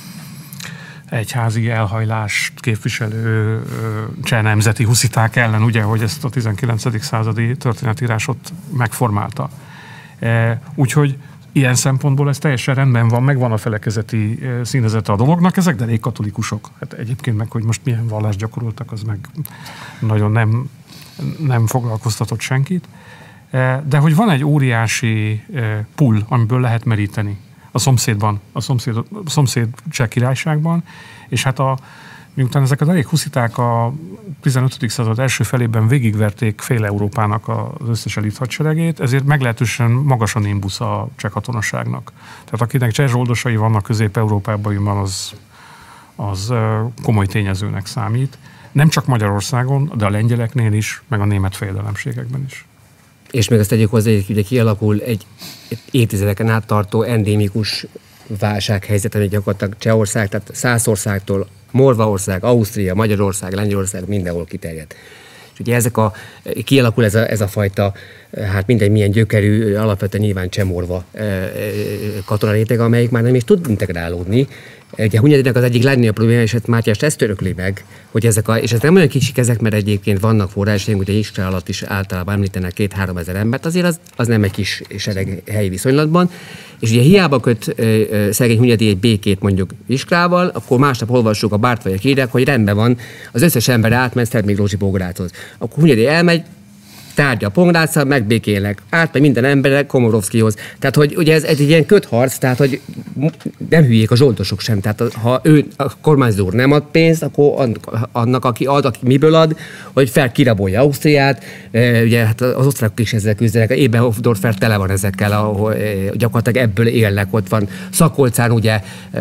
egyházi elhajlást képviselő cseh nemzeti husziták ellen, ugye, hogy ezt a 19. századi történetírásot megformálta. Úgyhogy ilyen szempontból ez teljesen rendben van, megvan a felekezeti színezete a dolognak, ezek derék katolikusok. Hát egyébként meg, hogy most milyen vallást gyakoroltak, az meg nagyon nem foglalkoztatott senkit. De hogy van egy óriási pool, amiből lehet meríteni a szomszédban, a szomszéd cseh királyságban, és hát miután ezek az elég husziták a 15. század első felében végigverték fél Európának az összes elit hadseregét, ezért meglehetősen magas a nimbusz a cseh katonaságnak. Tehát akinek cseh zsoldosai vannak Közép-Európában, az komoly tényezőnek számít. Nem csak Magyarországon, de a lengyeleknél is, meg a német fejedelemségekben is. És még azt tegyük hozzá, hogy ugye kialakul egy évtizedeken át tartó endémikus válsághelyzet, ami gyakorlatilag Csehország, tehát Szászországtól Morvaország, Ausztria, Magyarország, Lengyelország mindenhol kiterjedt. És ugye kialakul ez a fajta, hát mindegy milyen gyökerű, alapvetően nyilván csemorva katonaréteg, amelyik már nem is tud integrálódni. Ugye Hunyadinak az egyik legnagyobb probléma, és Mátyás ezt örökli meg, hogy és ez nem olyan kicsik ezek, mert egyébként vannak forrásaink, ugye Iskra alatt is általában említenek 2-3 ezer embert, azért az nem egy kis sereg helyi viszonylatban. És ugye hiába köt szegény Hunyadi egy békét mondjuk Iskrával, akkor másnap olvassuk a Bártfajok írják, hogy rendben van, az összes ember átment Szent Miklósi Bográchoz. Akkor Hunyadi elmegy, tárgya a Pongráccal, megbékélnek, átmegy minden emberre Komorovszkihoz. Tehát, hogy ugye ez egy ilyen kötharc, tehát, hogy nem hülyék a zsoldosok sem. Tehát, ha a kormányzó úr nem ad pénzt, akkor annak, aki ad, aki miből ad, hogy felkirabolja Ausztriát. Ugye hát az osztrákok is ezzel küzdenek. Eberhof-Dorfer tele van ezekkel, ahol gyakorlatilag ebből élnek. Ott van Szakolcán, ugye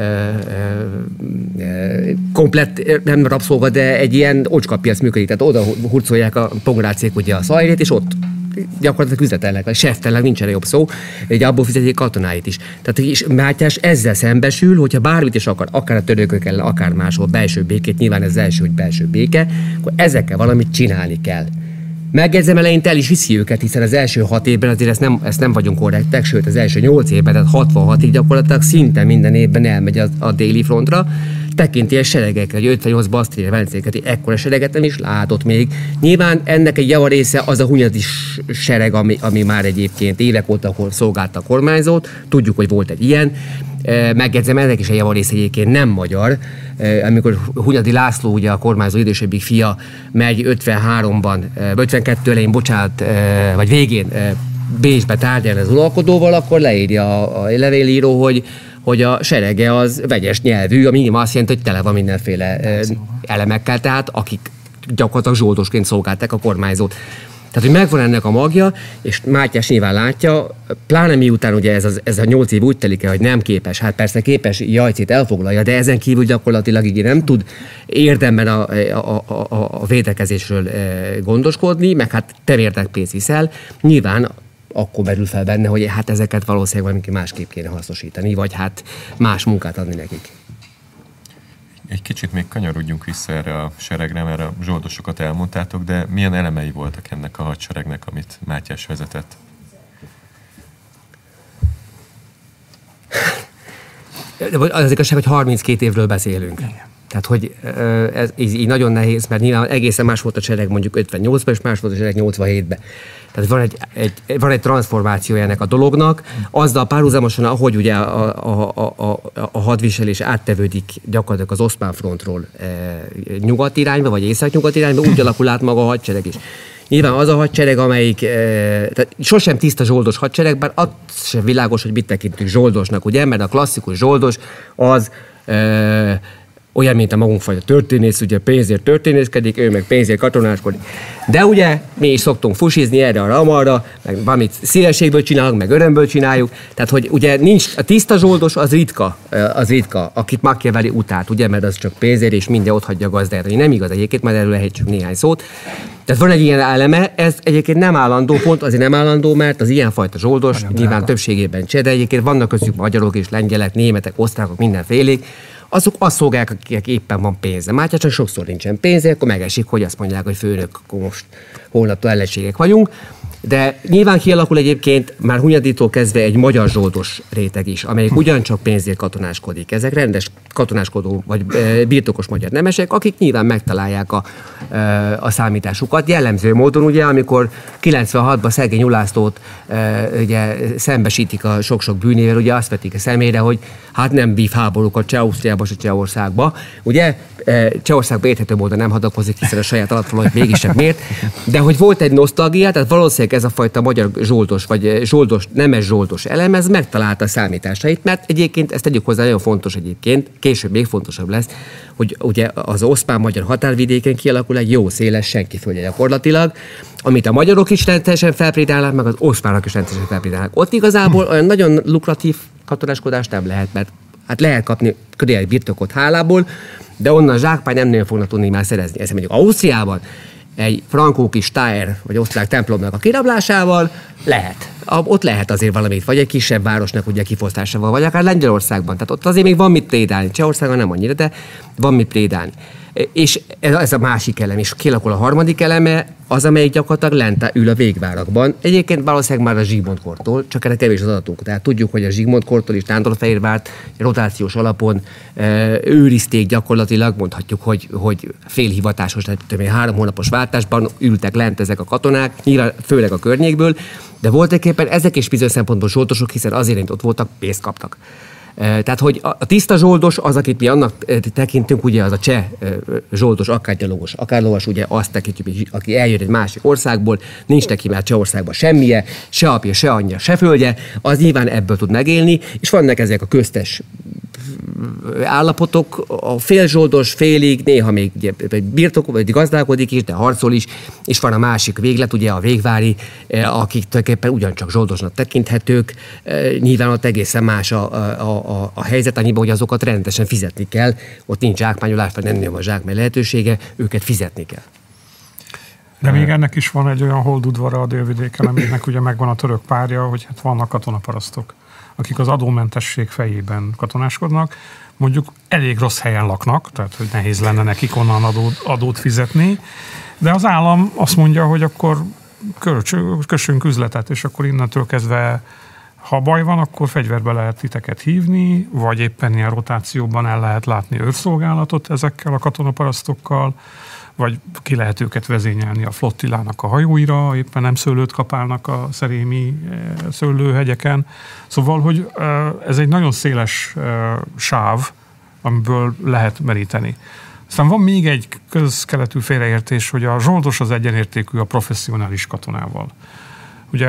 komplett, nem rabszolga, de egy ilyen ocskapiac működik. Tehát oda hurcolják a pongrácék ugye a szajrét, és ott gyakorlatilag üzletelnek, seftelnek, nincs erre jobb szó, ugye abból fizetik katonáit is. Tehát és Mátyás ezzel szembesül, hogyha bármit is akar, akár a törökök ellen, akár máshol belső békét, nyilván ez az első, hogy belső béke, akkor ezekkel valamit csinálni kell. Megjegyzem, eleinte el is viszi őket, hiszen az első 6 évben azért ezt nem vagyunk korrektek, sőt az első 8 évben, tehát 66-ig gyakorlatilag szinte minden évben elmegy a déli frontra, tekinti egy seregekre, hogy 58 Basztria Velencéket, ekkora sereget nem is látott még. Nyilván ennek egy javarésze az a Hunyadi sereg, ami már egyébként évek óta szolgálta a kormányzót, tudjuk, hogy volt egy ilyen. Megjegyzem, ennek is egy javarésze egyébként nem magyar. Amikor Hunyadi László, ugye a kormányzó idősebbik fia, megy 53-ban, 52 elején, vagy végén Bécsbe tárgyalni az uralkodóval, akkor leírja a levélíró, hogy a serege az vegyes nyelvű, ami azt jelenti, hogy tele van mindenféle elemekkel, tehát akik gyakorlatilag zsoldosként szolgálták a kormányzót. Tehát, hogy megvan ennek a magja, és Mátyás nyilván látja, pláne miután ugye ez a 8 év úgy telik el, hogy nem képes, hát persze képes Jajcét elfoglalja, de ezen kívül gyakorlatilag így nem tud érdemben a védekezésről gondoskodni, meg hát tevértek pénzt viszel, nyilván akkor merül fel benne, hogy hát ezeket valószínűleg valami másképp kéne hasznosítani, vagy hát más munkát adni nekik. Egy kicsit még kanyarodjunk vissza erre a seregre, mert a zsoldosokat elmondtátok, de milyen elemei voltak ennek a hadseregnek, amit Mátyás vezetett? Az igazság, hogy 32 évről beszélünk. Tehát, hogy ez így nagyon nehéz, mert nyilván egészen más volt a sereg mondjuk 58-ban, és más volt a sereg 87-ben. Tehát van egy transformációja ennek a dolognak, azzal párhuzamosan, ahogy ugye a hadviselés áttevődik gyakorlatilag az oszmán frontról nyugat irányba, vagy észak-nyugat irányba, úgy alakul át maga a hadsereg is. Nyilván az a hadsereg, amelyik tehát sosem tiszta zsoldos hadsereg, bár az sem világos, hogy mit tekintünk zsoldosnak, ugye, mert a klasszikus zsoldos az olyan, mint a magunkfajta történész, ugye pénzért történészkedik, ő meg pénzért katonáskodik. De ugye mi is szoktunk fusizni erre arra, meg valamit szívességből csinálunk, meg örömből csináljuk. Tehát, hogy ugye nincs, a tiszta zsoldos az ritka, akit Machiavelli utált, ugye, mert az csak pénzért és minden ott hagyja a gazdáját. Nem igaz egyébként, majd erről ejtsük néhány szót. Tehát van egy ilyen eleme, ez egyébként nem állandó, pont azért nem állandó, mert az ilyenfajta zsoldos nyilván többségében cseh, de egyébként vannak köztük magyarok és lengyelek, németek, osztrákok, mindenfélék, azok azt szolgálják, akik éppen van pénze. Már csak sokszor nincsen pénze, akkor megesik, hogy azt mondják, hogy főnök, akkor most holnaptól ellenségek vagyunk. De nyilván kialakul egyébként már Hunyaditól kezdve egy magyar zsoldos réteg is, amelyik ugyancsak pénzért katonáskodik. Ezek rendes katonáskodó vagy birtokos magyar nemesek, akik nyilván megtalálják a számításukat. Jellemző módon ugye, amikor 96-ban Szergény Ulászlót ugye szembesítik a sok-sok bűnével, ugye azt vetik a szemére, hogy hát nem vív háborúkat Cseh-Ausztriába, se Csehországba. Ugye Csehországba érthető módon nem hadakozik, hiszen a saját alatt mégis sem miért. De hogy volt egy nosztalgia, tehát valószínűleg ez a fajta magyar zsoldos, vagy zsoldos, nemes zsoldos elem, ez megtalálta a számításait, mert egyébként ezt tegyük hozzá, nagyon fontos egyébként, később még fontosabb lesz, hogy ugye az oszmán-magyar határvidéken kialakul egy jó széles senkiföldje gyakorlatilag, amit a magyarok is rendszeresen felprédálnak, meg az oszmánok is rendszeresen felprédálnak. Ott igazából olyan nagyon lukratív katonáskodást nem lehet, mert hát lehet kapni egy birtokot hálából, de onnan zsákpány nem nagyon fognak tudni már szerezni. Ezt mondjuk Ausztriában egy frankó kis Steyr vagy osztrák templomnak a kirablásával lehet. Ott lehet azért valamit, vagy egy kisebb városnak ugye kifosztásával, vagy akár Lengyelországban. Tehát ott azért még van mit prédálni. Csehországban nem annyira, de van mit prédálni. És ez a másik elem, és kialakul a harmadik eleme, az, amelyik gyakorlatilag lent ül a végvárakban. Egyébként valószínűleg már a Zsigmond-kortól, csak erre kevés az adatunk. Tehát tudjuk, hogy a Zsigmond-kortól és Nándorfehérvárt rotációs alapon őrizték gyakorlatilag, mondhatjuk, hogy félhivatásos, tehát 3 hónapos váltásban ültek lent ezek a katonák, nyilván főleg a környékből, de voltaképpen ezek is bizonyos szempontból zsoldosok, hiszen azért ott voltak, pénzt kaptak. Tehát, hogy a tiszta zsoldos az, akit mi annak tekintünk, ugye az a cseh zsoldos, akár gyalogos, akár lovas, ugye azt tekintjük, aki eljön egy másik országból, nincs neki már Csehországban semmije, se apja, se anyja, se földje, az nyilván ebből tud megélni, és vannak ezek a köztes állapotok, a félzsoldos, félig, néha még birtok, vagy gazdálkodik is, de harcol is, és van a másik véglet, ugye a végvári, akik tulajdonképpen ugyancsak zsoldosnak tekinthetők, nyilván ott egészen más a helyzet, annyiban, hogy azokat rendesen fizetni kell, ott nincs zsákmányolás, vagy nem a zsákmány lehetősége, őket fizetni kell. De még ennek is van egy olyan holdudvara a délvidéken, aminek ugye megvan a török párja, hogy hát vannak katonaparasztok, akik az adómentesség fejében katonáskodnak, mondjuk elég rossz helyen laknak, tehát hogy nehéz lenne nekik onnan adót fizetni, de az állam azt mondja, hogy akkor kössünk üzletet, és akkor innentől kezdve, ha baj van, akkor fegyverbe lehet titeket hívni, vagy éppen ilyen rotációban el lehet látni őrszolgálatot ezekkel a katonaparasztokkal, vagy ki lehet őket vezényelni a flottillának a hajóira, éppen nem szőlőt kapálnak a szerémi szőlőhegyeken. Szóval, hogy ez egy nagyon széles sáv, amiből lehet meríteni. Aztán van még egy közkeletű félreértés, hogy a zsoldos az egyenértékű a professzionális katonával. Ugye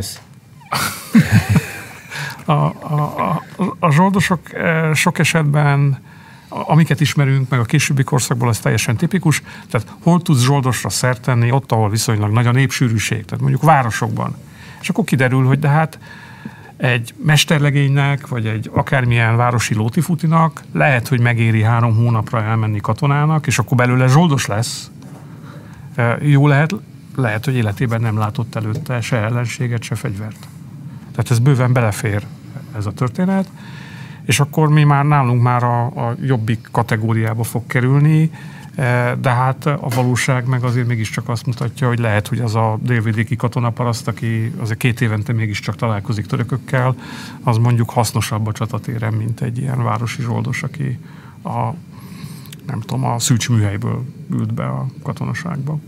a zsoldosok sok esetben, amiket ismerünk, meg a későbbi korszakból, az teljesen tipikus. Tehát hol tudsz zsoldosra szert tenni, ott, ahol viszonylag nagy a népsűrűség, tehát mondjuk városokban. És akkor kiderül, hogy de hát egy mesterlegénynek, vagy egy akármilyen városi lótifutinak lehet, hogy megéri 3 hónapra elmenni katonának, és akkor belőle zsoldos lesz. Jó lehet, hogy életében nem látott előtte se ellenséget, se fegyvert. Tehát ez bőven belefér ez a történet. És akkor mi már nálunk már a jobbik kategóriába fog kerülni, de hát a valóság meg azért mégiscsak azt mutatja, hogy lehet, hogy az a délvidéki katonaparaszt, aki azért 2 évente mégiscsak találkozik törökökkel, az mondjuk hasznosabb a csatatéren, mint egy ilyen városi zsoldos, aki a Szűcs műhelyből ült be a katonaságba.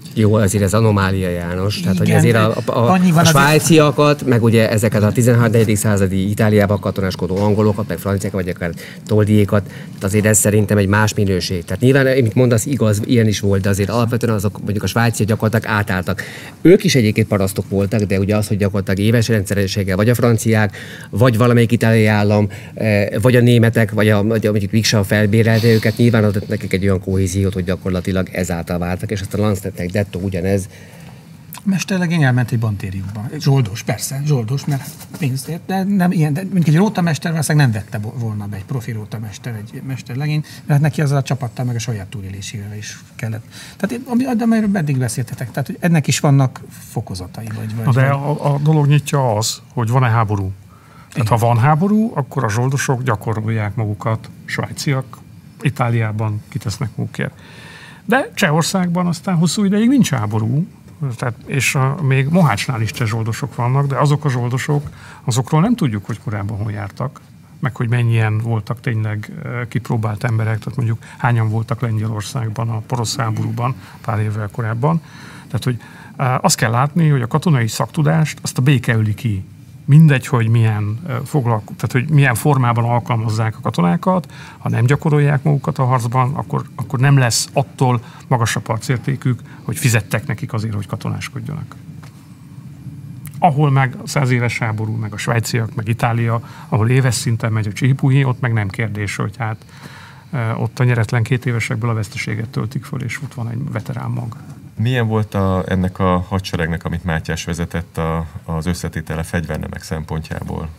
Jó, azért ez anomália, János. Tehát, hogy Igen, azért a svájciakat, meg ugye ezeket a 13. századi Itáliában katonáskodó angolokat, meg franciákat, vagy akár toldiékat, tehát azért ez szerintem egy más minőség. Tehát nyilván, amit mondasz, igaz, ilyen is volt, de azért alapvetően azok, mondjuk a svájciak gyakorlatilag átálltak. Ők is egyébként parasztok voltak, de ugye az, hogy gyakorlatilag éves rendszerességgel vagy a franciák, vagy valamelyik itáliai állam, vagy a németek, vagy mondjuk Viksa felbérelte őket, nyilván adott nekik egy olyan kohéziót, hogy gyakorlatilag ezáltal váltak, és azt a Landstettnek dettó ugyanez. Mesterlegény elment egy bantériumba. Zsoldos, persze, zsoldos, mert pénzért, de nem ilyen, de mondjuk egy rótamester valószínűleg nem vette volna be egy profi rótamester, egy mesterlegény, mert neki azzal a csapattal meg a saját túlélésével is kellett. Tehát amiről eddig beszéltetek, tehát hogy ennek is vannak fokozatai. De a dolog nyitja az, hogy van-e háború. Tehát ha van háború, akkor a zsoldosok gyakorolják magukat, svájciak, Itáliában kitesznek magukért. De Csehországban aztán hosszú ideig nincs háború, tehát, és még Mohácsnál is cseh zsoldosok vannak, de azok a zsoldosok, azokról nem tudjuk, hogy korábban hol jártak, meg hogy mennyien voltak tényleg kipróbált emberek, tehát mondjuk hányan voltak Lengyelországban a porosz háborúban pár évvel korábban. Tehát, hogy azt kell látni, hogy a katonai szaktudást azt a béke öli ki. Mindegy, hogy tehát, hogy milyen formában alkalmazzák a katonákat, ha nem gyakorolják magukat a harcban, akkor nem lesz attól magasabb harcértékük, hogy fizettek nekik azért, hogy katonáskodjanak. Ahol meg a 100 éves háború, meg a svájciak, meg Itália, ahol éves szinten megy a csípuhi, ott meg nem kérdés, hogy hát ott a nyeretlen 2 évesekből a veszteséget töltik föl, és ott van egy veterán mag. Milyen volt ennek a hadseregnek, amit Mátyás vezetett az összetétele fegyvernemek szempontjából?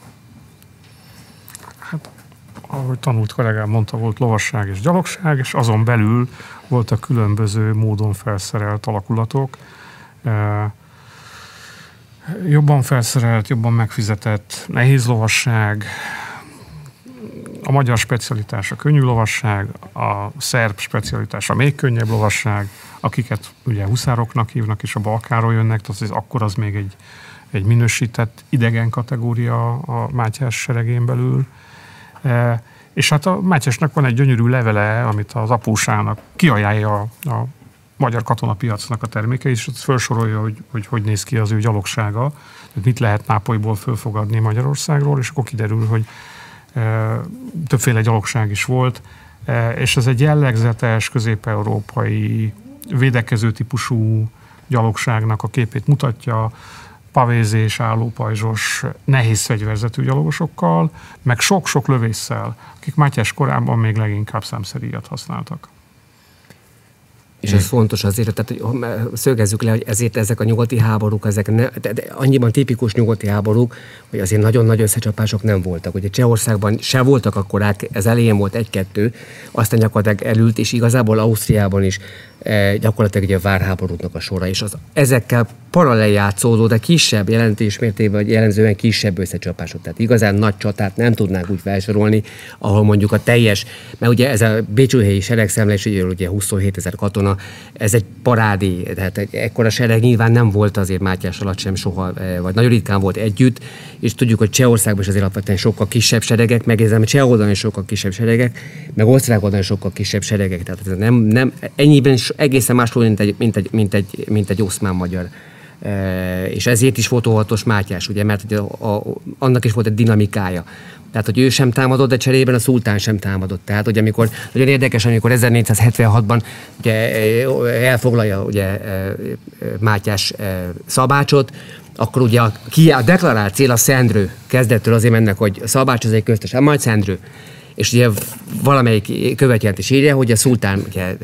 Hát, ahogy tanult kollégám mondta, volt lovasság és gyalogság, és azon belül voltak különböző módon felszerelt alakulatok. Jobban felszerelt, jobban megfizetett nehéz lovasság, a magyar specialitás a könnyű lovasság, a szerb specialitás a még könnyebb lovasság, akiket ugye huszároknak hívnak, és a Balkánról jönnek, tehát akkor az még egy minősített idegen kategória a Mátyás seregén belül. És hát a Mátyásnak van egy gyönyörű levele, amit az apósának kiajánlja a magyar katonapiacnak a termékei, és ott felsorolja, hogy néz ki az ő gyalogsága, mit lehet Nápolyból fölfogadni Magyarországról, és akkor kiderül, hogy többféle gyalogság is volt, és ez egy jellegzetes közép-európai védekező típusú gyalogságnak a képét mutatja, pavézés, állópajzsos, nehéz fegyverzetű gyalogosokkal, meg sok-sok lövésszel, akik Mátyás korában még leginkább számszeríjat használtak. És ez fontos azért, tehát hogy szögezzük le, hogy ezért ezek a nyugati háborúk, de annyiban tipikus nyugati háborúk, hogy azért nagyon-nagy összecsapások nem voltak. Ugye Csehországban se voltak akkorák, ez elején volt 1-2, aztán gyakorlatilag elült, és igazából Ausztriában is gyakorlatilag ugye a várháborúknak a sora, és az ezekkel paralel játszódó, de kisebb jelentésmértékben, vagy jellemzően kisebb összecsapások. Tehát igazán nagy csatát nem tudnánk úgy felsorolni, ahol mondjuk a teljes, mert ugye ez a bécsújhelyi seregszemlés, ugye 27 000 katona, ez egy parádi, tehát egy ekkora sereg nyilván nem volt azért Mátyás alatt sem soha, vagy nagyon ritkán volt együtt, és tudjuk, hogy Csehországban is azért alapvetően sokkal kisebb seregek, megjegyzem, Cseh oldalon is sokkal kisebb seregek, meg Osztrák oldalon is sokkal kisebb seregek, tehát ez nem ennyiben is egészen más volt, mint egy oszmán-magyar. És ezért is volt óvatos Mátyás, ugye, mert ugye annak is volt egy dinamikája. Tehát, hogy ő sem támadott, de cserében a szultán sem támadott. Tehát, hogy amikor, nagyon érdekes, amikor 1476-ban ugye, elfoglalja ugye, Mátyás Szabácsot, akkor ugye a deklarált cél a Szendrő. Kezdettől azért mennek, hogy Szabács az egy köztes, majd Szendrő. És ugye valamelyik követjelentés írja, hogy a szultán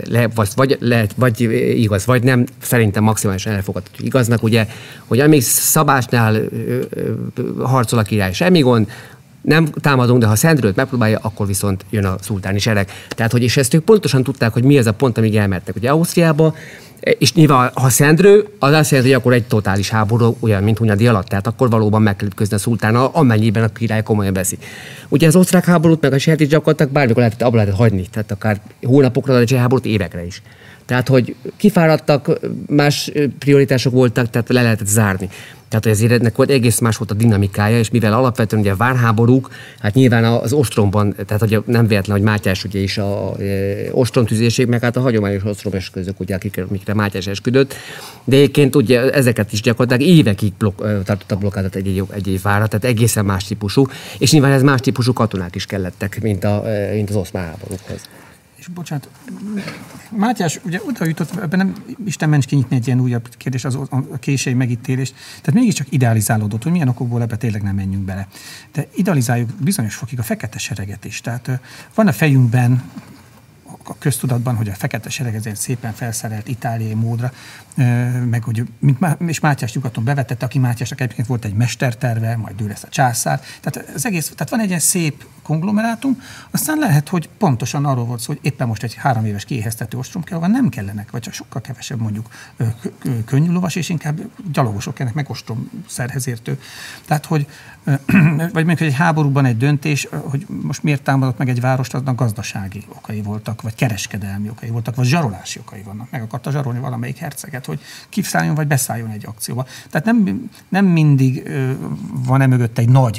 vagy igaz, vagy nem, szerintem maximálisan elfogadható igaznak, ugye, hogy amíg Szabásnál harcol a király, semmi gond, nem támadunk, de ha Szendrőt megpróbálja, akkor viszont jön a szultáni sereg. Tehát, hogy és ezt ők pontosan tudták, hogy mi ez a pont, amíg elmertek. Ugye Ausztriába, és nyilván, ha Szendrő, az azt jelenti, hogy akkor egy totális háború, olyan, mint Hunyadi alatt, tehát akkor valóban meg kell ütközni a szultánnal, amennyiben a király komolyan veszi. Ugye az osztrák háborút, meg a sejtés gyakorlatilag bármikor abba lehetett hagyni, tehát akár hónapokra, de a cseh háborút évekre is. Tehát, hogy kifáradtak, más prioritások voltak, tehát le lehetett zárni. Tehát azért ennek volt egész más volt a dinamikája, és mivel alapvetően ugye a várháborúk, hát nyilván az ostromban, tehát hogy nem véletlen, hogy Mátyás ugye is a ostromtüzéség, meg hát a hagyományos ostromesküdők, ugye, akikre Mátyás esküdött, de egyébként ugye ezeket is gyakorlatilag évekig tartottak blokkádat egy várra, tehát egészen más típusú, és nyilván ez más típusú katonák is kellettek, mint az oszmán háborúkhoz. És bocsánat, Mátyás ugye oda jutott, ebben nem Isten ments kinyitni egy ilyen újabb kérdés, a késői megítélést, tehát mégiscsak idealizálódott, hogy milyen okokból ebbe tényleg nem menjünk bele. De idealizáljuk bizonyos fokig a fekete sereget is. Tehát van a fejünkben, a köztudatban, hogy a fekete sereg ezért szépen felszerelt itáliai módra, meg hogy és Mátyás nyugaton bevetette, aki Mátyásnak egyébként volt egy mesterterve, majd ő lesz a császár. Tehát az egész, tehát van egy ilyen szép konglomerátum, aztán lehet, hogy pontosan arról volt szó, hogy éppen most egy 3 éves kiéheztető ostrom kell, vagy nem kellenek, vagy csak sokkal kevesebb mondjuk könnyű lovas, és inkább gyalogosok kellnek, meg ostrom szerhez értő. Tehát, hogy vagy mondjuk egy háborúban egy döntés, hogy most miért támadott meg egy várost, aznak gazdasági okai voltak, vagy kereskedelmi okai voltak, vagy zsarolási okai vannak. Meg akarta zsarolni valamelyik herceget, hogy kiszálljon, vagy beszálljon egy akcióba. Tehát nem mindig van mögött egy nagy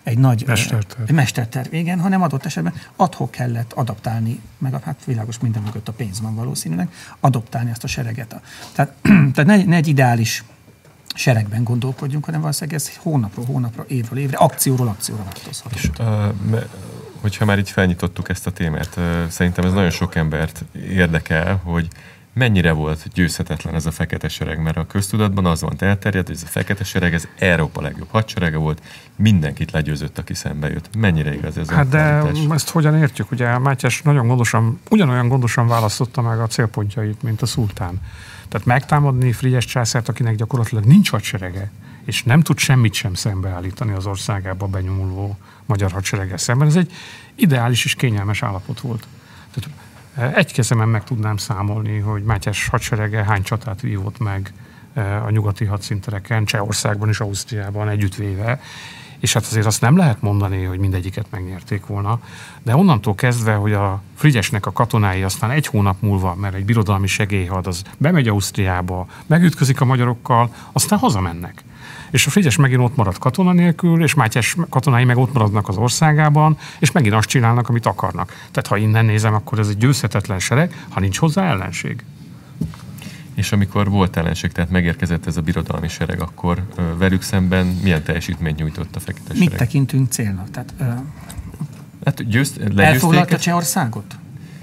mesterterv, igen, hanem adott esetben ad-hoc kellett adaptálni, meg hát világos minden mögött a pénz van valószínűleg, adoptálni ezt a sereget. Tehát ne egy ideális seregben gondolkodjunk, hanem valószínűleg ez hónapról, évről évre, akcióról akcióra változhat. És hogyha már így felnyitottuk ezt a témát, szerintem ez nagyon sok embert érdekel, hogy mennyire volt győzhetetlen ez a fekete sereg, mert a köztudatban az van elterjedt, hogy ez a fekete sereg, ez Európa legjobb hadserege volt, mindenkit legyőzött, aki szembe jött. Mennyire igaz ez hát a de állítás? ezt hogyan értjük? Ugye Mátyás ugyanolyan gondosan választotta meg a célpontjait, mint a szultán. Tehát megtámadni Frigyes császárt, akinek gyakorlatilag nincs hadserege, és nem tud semmit sem szembeállítani az országába benyomuló magyar hadsereggel szemben, ez egy ideális és kényelmes állapot volt. Tehát egy kezemen meg tudnám számolni, hogy Mátyás hadserege hány csatát vívott meg a nyugati hadszíntereken, Csehországban és Ausztriában együttvéve, és hát azért azt nem lehet mondani, hogy mindegyiket megnyerték volna, de onnantól kezdve, hogy a Frigyesnek a katonái aztán 1 hónap múlva, mert egy birodalmi segélyhad az bemegy Ausztriába, megütközik a magyarokkal, aztán hazamennek. És a Frigyes megint ott marad katona nélkül, és Mátyás katonái meg ott maradnak az országában, és megint azt csinálnak, amit akarnak. Tehát ha innen nézem, akkor ez egy győzhetetlen sereg, ha nincs hozzá ellenség. És amikor volt ellenség, tehát megérkezett ez a birodalmi sereg, akkor velük szemben milyen teljesítményt nyújtott a fekete sereg? Mit tekintünk célnak? Tehát, hát elfoglalta Csehországot?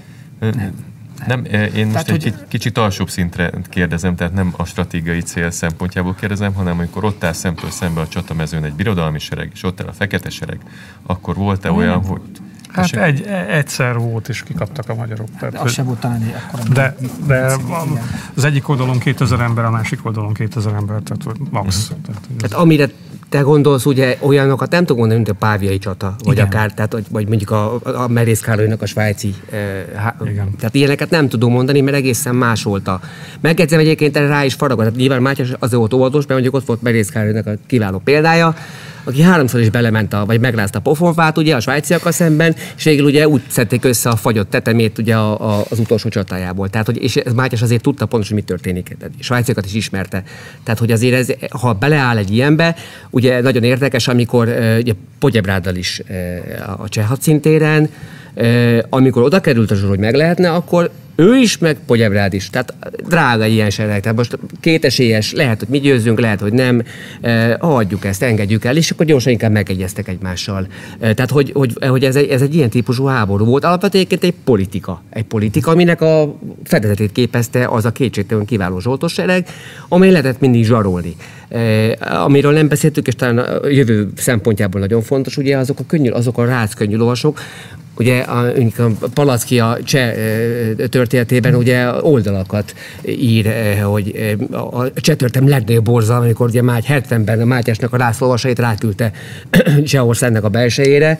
Nem, én most egy kicsit alsóbb szintre kérdezem, tehát nem a stratégiai cél szempontjából kérdezem, hanem amikor ott áll szemtől szembe a csatamezőn egy birodalmi sereg, és ott áll a fekete sereg, akkor volt-e olyan, hogy... Hát egyszer volt, és kikaptak a magyarok. Tehát, az se volt talán akkor. De az egyik oldalon 2000 ember, a másik oldalon 2000 ember, tehát max. Tehát amire te gondolsz, ugye olyanokat nem tudok mondani, mint a Páviai csata, vagy igen. Akár, tehát, vagy mondjuk a Merész Károlynak a svájci. Tehát ilyeneket nem tudom mondani, mert egészen más volt a. Megjegyzem egyébként erre rá is faragott. Tehát nyilván Mátyás azért volt óvatos, mert mondjuk ott volt Merész Károlynak a kiváló példája, aki 3-szor is belement, vagy megrázta a pofonfát, ugye, a svájciakkal szemben, és végül ugye úgy szedték össze a fagyott tetemét ugye az utolsó csatájából. Tehát, hogy, és Mátyás azért tudta pontosan, mi történik. Tehát, a svájciakat is ismerte. Tehát, hogy azért ez, ha beleáll egy ilyenbe, ugye nagyon érdekes, amikor ugye Pogyebráddal is a cseh hadszintéren, amikor oda került a zsor, hogy meg lehetne, akkor ő is, meg Pogyebrád is. Tehát drága ilyen sereg. Tehát most kétesélyes, lehet, hogy mi győzzünk, lehet, hogy nem. Hagyjuk ezt, engedjük el, és akkor gyorsan inkább megegyeztek egymással. Tehát, hogy ez egy ilyen típusú háború volt. Alapvetően egy politika. Egy politika, aminek a fedezetét képezte az a kétségtelenül kiváló zsoltos sereg, amely lehetett mindig zsarolni. Amiről nem beszéltük, és talán a jövő szempontjából nagyon fontos, ugye azok a rácz könnyű lovasok, ugye a Palacki a cseh történetében ugye oldalakat ír, hogy a cseh történet legnagyobb borzalom, amikor ugye már 70-ben a Mátyásnak a rászlovasait ráküldte Csehországnak a belsejére,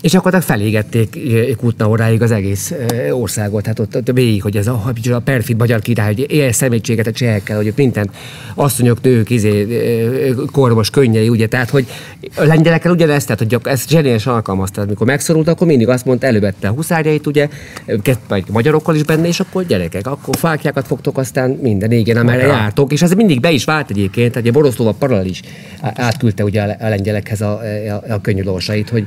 És akkor felégették Kutna-Horáig az egész országot, hát ott végig, hogy ez a perfid magyar király, hogy ilyen szemétséget a csehekkel, hogy ott minden asszonyok, nők, kormos, könnyei, ugye, tehát, hogy a lengyelekkel ugyanezt, tehát, hogy ezt zseniálisan alkalmazta, amikor megszorult, akkor mindig azt mondta, elővette a huszárjait, ugye, vagy magyarokkal is benne, és akkor gyerekek, akkor fáklyákat fogtok, aztán minden, igen, amerre jártok, és ez mindig be is vált egyébként, hogy a Boroszlova Paralel is átküldte ugye a lengyelekhez a könnyűlorsait, hogy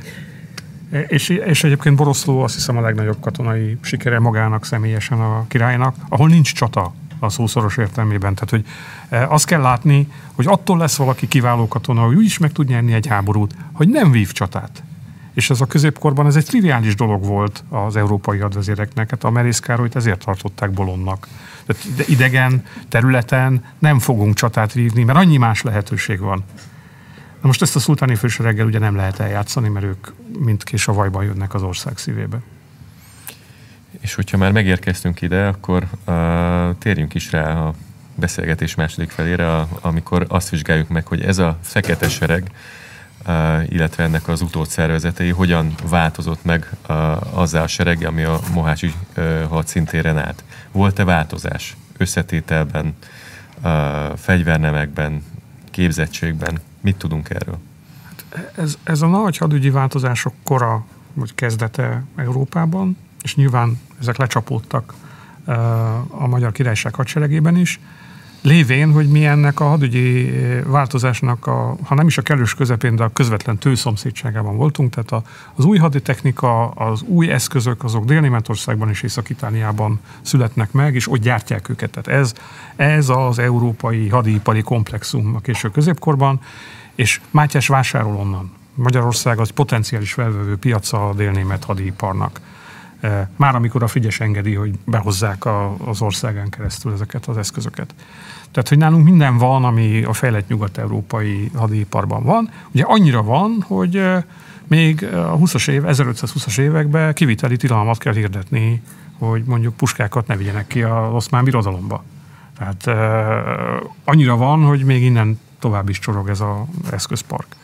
és egyébként Boroszló azt hiszem a legnagyobb katonai sikere magának személyesen a királynak, ahol nincs csata a szószoros értelmében. Tehát, hogy azt kell látni, hogy attól lesz valaki kiváló katona, hogy úgy is meg tud nyerni egy háborút, hogy nem vív csatát. És ez a középkorban ez egy triviális dolog volt az európai hadvezéreknek, hát a Merész Károlyt ezért tartották bolondnak. De idegen területen nem fogunk csatát vívni, mert annyi más lehetőség van. Na most ezt a szultáni fősereggel ugye nem lehet eljátszani, mert ők mindkés a vajban jönnek az ország szívébe. És hogyha már megérkeztünk ide, akkor térjünk is rá a beszélgetés második felére, amikor azt vizsgáljuk meg, hogy ez a fekete sereg, illetve ennek az utódszervezetei hogyan változott meg azzá a sereg, ami a mohácsi hadszintéren állt. Volt-e változás összetételben, fegyvernemekben, képzettségben? Mit tudunk erről? Ez a nagy hadügyi változások kora, vagy kezdete Európában, és nyilván ezek lecsapódtak a Magyar Királyság hadseregében is, lévén, hogy mi ennek a hadügyi változásnak, ha nem is a kellős közepén, de a közvetlen tőszomszédságában voltunk, tehát az új haditechnika, az új eszközök, azok Dél-Németországban és Észak-Itáliában születnek meg, és ott gyártják őket. Tehát ez az európai hadipari komplexum a késő középkorban, és Mátyás vásárol onnan. Magyarország az potenciális felvevő piaca a délnémet hadiiparnak. Már amikor a Frigyes engedi, hogy behozzák az országán keresztül ezeket az eszközöket. Tehát, hogy nálunk minden van, ami a fejlett nyugat-európai hadiiparban van. Ugye annyira van, hogy még a 1520-as években kiviteli tilalmat kell hirdetni, hogy mondjuk puskákat ne vigyenek ki az Oszmán Birodalomba. Tehát annyira van, hogy még innen tovább is csorog ez az eszközpark.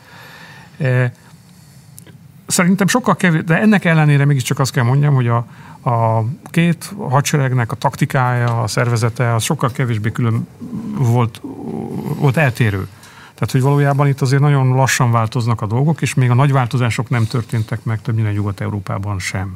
Szerintem sokkal kevés, de ennek ellenére mégiscsak azt kell mondjam, hogy a két hadseregnek a taktikája, a szervezete, az sokkal kevésbé külön volt eltérő. Tehát, hogy valójában itt azért nagyon lassan változnak a dolgok, és még a nagy változások nem történtek meg többnyire Nyugat-Európában sem.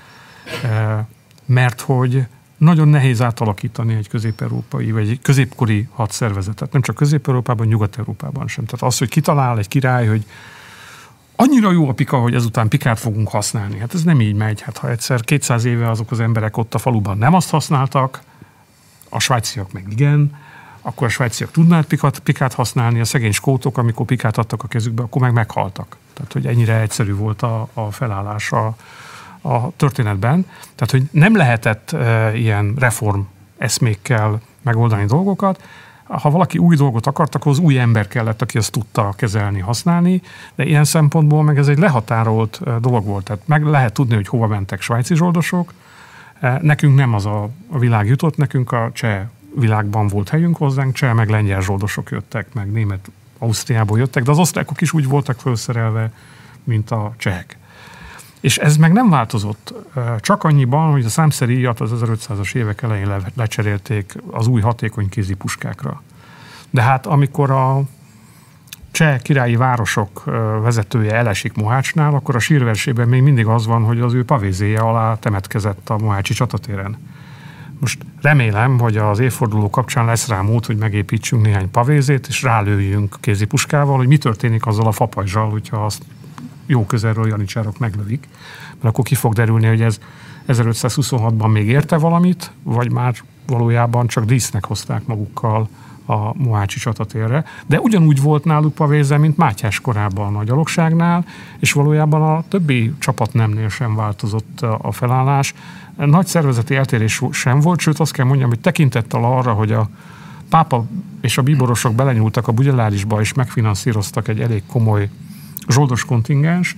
Mert hogy nagyon nehéz átalakítani egy közép-európai, vagy egy középkori hadszervezetet. Nem csak Közép-Európában, Nyugat-Európában sem. Tehát az, hogy kitalál egy király, hogy annyira jó a pika, hogy ezután pikát fogunk használni. Hát ez nem így megy. Hát ha egyszer 200 éve azok az emberek ott a faluban nem azt használtak, a svájciak meg igen, akkor a svájciak tudnád pikát használni, a szegény skótok, amikor pikát adtak a kezükbe, akkor meg meghaltak. Tehát, hogy ennyire egyszerű volt a felállás a történetben. Tehát, hogy nem lehetett ilyen reform eszmékkel megoldani dolgokat. Ha valaki új dolgot akart, akkor az új ember kellett, aki azt tudta kezelni, használni, de ilyen szempontból meg ez egy lehatárolt dolog volt. Tehát meg lehet tudni, hogy hova mentek svájci zsoldosok. Nekünk nem az a világ jutott, nekünk a cseh világban volt helyünk hozzánk, cseh meg lengyel zsoldosok jöttek, meg német Ausztriából jöttek, de az osztrákok is úgy voltak felszerelve, mint a csehek. És ez meg nem változott. Csak annyiban, hogy a számszeri íjat az 1500-as évek elején lecserélték az új hatékony kézipuskákra. De hát amikor a cseh királyi városok vezetője elesik Mohácsnál, akkor a sírversében még mindig az van, hogy az ő pavézéje alá temetkezett a mohácsi csatatéren. Most remélem, hogy az évforduló kapcsán lesz rá mód, hogy megépítsünk néhány pavézét, és rálőjünk kézipuskával, hogy mi történik azzal a fapajzsal, hogyha azt jó közelről janicsárok meglövik, mert akkor ki fog derülni, hogy ez 1526-ban még érte valamit, vagy már valójában csak dísznek hozták magukkal a mohácsi csatatérre. De ugyanúgy volt náluk pavéze, mint Mátyás korában a Nagyalokságnál, és valójában a többi csapatnemnél sem változott a felállás. Nagy szervezeti eltérés sem volt, sőt azt kell mondjam, hogy tekintettel arra, hogy a pápa és a bíborosok belenyúltak a Bugyellárisba, és megfinanszíroztak egy elég komoly zsoldos kontingenst.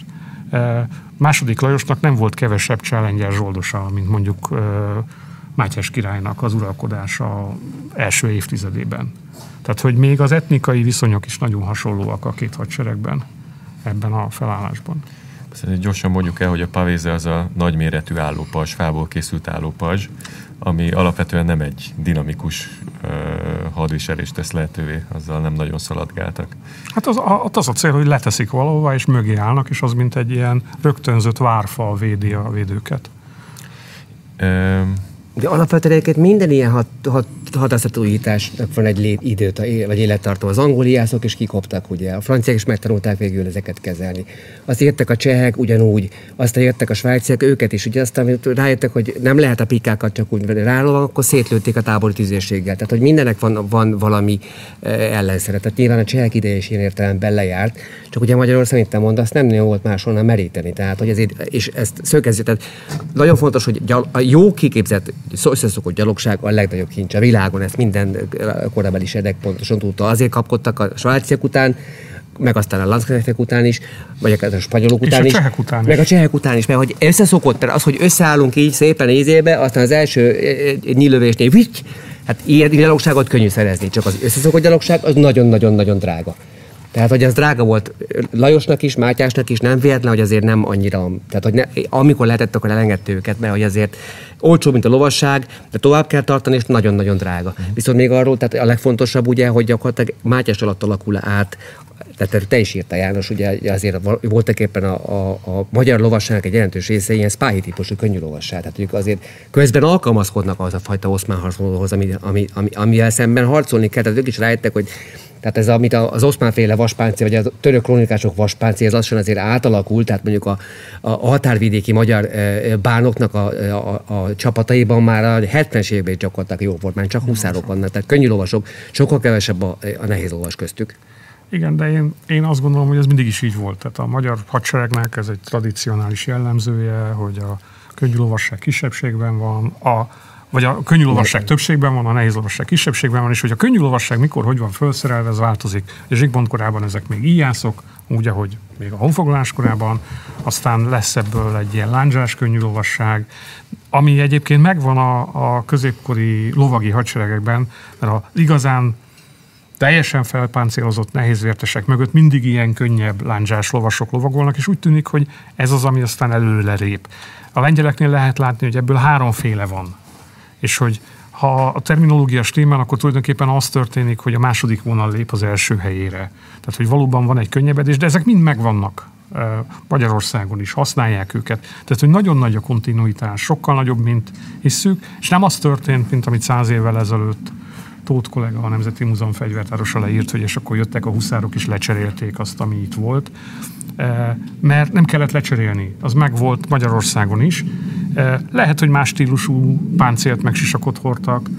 Második Lajosnak nem volt kevesebb csálengyel zsoldosa, mint mondjuk Mátyás királynak az uralkodása első évtizedében. Tehát, hogy még az etnikai viszonyok is nagyon hasonlóak a két hadseregben ebben a felállásban. Gyorsan mondjuk el, hogy a pavéze az a nagyméretű állópajzs, fából készült állópajzs, ami alapvetően nem egy dinamikus hadviselést tesz lehetővé, azzal nem nagyon szaladgáltak. Hát az a cél, hogy leteszik valahova, és mögé állnak, és az mint egy ilyen rögtönzött várfal védi a védőket. De alapvetően egyébként minden ilyen hadászatújításnak van egy időt, vagy élettartó. Az angol ijászok is kikoptak, ugye. A franciák is megtanulták végül ezeket kezelni. Azt értek a csehek ugyanúgy, azt értek a svájciak, őket is. Ugye aztán rájöttek, hogy nem lehet a pikákat csak úgy rálóval, akkor szétlőtték a tábori tüzérséggel. Tehát, hogy mindennek van valami ellenszere. Tehát nyilván a csehek ideje is ilyen értelemben lejárt, csak ugye Magyarország, mint te mondasz, nem nagyon volt máshonnan meríteni. Tehát, hogy ezért, és ezt szögezzük. Tehát nagyon fontos, hogy a jó kiképzett összeszokott gyalogság a legnagyobb kincs a világon, ezt minden korabeli sedek pontosan tudta. Azért kapkodtak a svájciak után, meg aztán a Landsknechtek után is, vagy a spanyolok után is, meg a csehek után is, mert hogy összeszokott, az, hogy összeállunk így szépen ízébe, aztán az első nyílövésnél, hát ilyen gyalogságot könnyű szerezni, csak az összeszokott gyalogság az nagyon-nagyon-nagyon drága. Tehát, hogy ez drága volt Lajosnak is, Mátyásnak is, nem véletlen, hogy azért nem annyira, tehát, hogy amikor lehetett, akkor elengedte őket, mert hogy azért olcsó, mint a lovasság, de tovább kell tartani, és nagyon-nagyon drága. Viszont még arról, tehát a legfontosabb ugye, hogy gyakorlatilag Mátyás alatt alakul át, tehát te is írtál, János, ugye azért voltak éppen a magyar lovasságnak egy jelentős része ilyen spáhi típusú könnyű lovasság. Tehát ők azért közben alkalmazkodnak az a fajta oszmán harcolóhoz, amivel szemben harcolni kell. Tehát ők is rájöttek, hogy tehát ez, amit az oszmánféle vaspáncél, vagy a török krónikások vaspáncél, ez lassan azért átalakult, tehát mondjuk a határvidéki magyar bánoknak a csapataiban már a 70-es években is gyakorlatilag jó volt, már csak huszárok vannak, tehát könnyű lovasok, sokkal kevesebb a nehéz lovas köztük. Igen, de én azt gondolom, hogy ez mindig is így volt. Tehát a magyar hadseregnek ez egy tradicionális jellemzője, hogy a könnyű lovasság kisebbségben van, vagy a könnyű lovasság többségben van, a nehéz lovasság kisebbségben van, és hogy a könnyű lovasság mikor, hogy van felszerelve, ez változik. A Zsigmond korában ezek még íjászok, úgy, ahogy még a honfoglalás korában, aztán lesz ebből egy ilyen lándzsás könnyű lovasság, ami egyébként megvan a középkori lovagi hadseregekben, mert az igazán teljesen felpáncélozott nehézvértesek mögött mindig ilyen könnyebb lándzsás lovasok lovagolnak, és úgy tűnik, hogy ez az, ami aztán előre lép. A lengyeleknél lehet látni, hogy ebből háromféle van. És hogy ha a terminológia stimmel, akkor tulajdonképpen az történik, hogy a második vonal lép az első helyére. Tehát, hogy valóban van egy könnyebbedés, de ezek mind megvannak. Magyarországon is használják őket. Tehát, hogy nagyon nagy a kontinuitás, sokkal nagyobb, mint hisszük, és nem az történt, mint amit 100 évvel ezelőtt Tóth kollega a Nemzeti Múzeum fegyvertárosa leírt, hogy és akkor jöttek a huszárok és lecserélték azt, ami itt volt. Mert nem kellett lecserélni. Az megvolt Magyarországon is. Lehet, hogy más stílusú páncélt meg sisakot hordtak,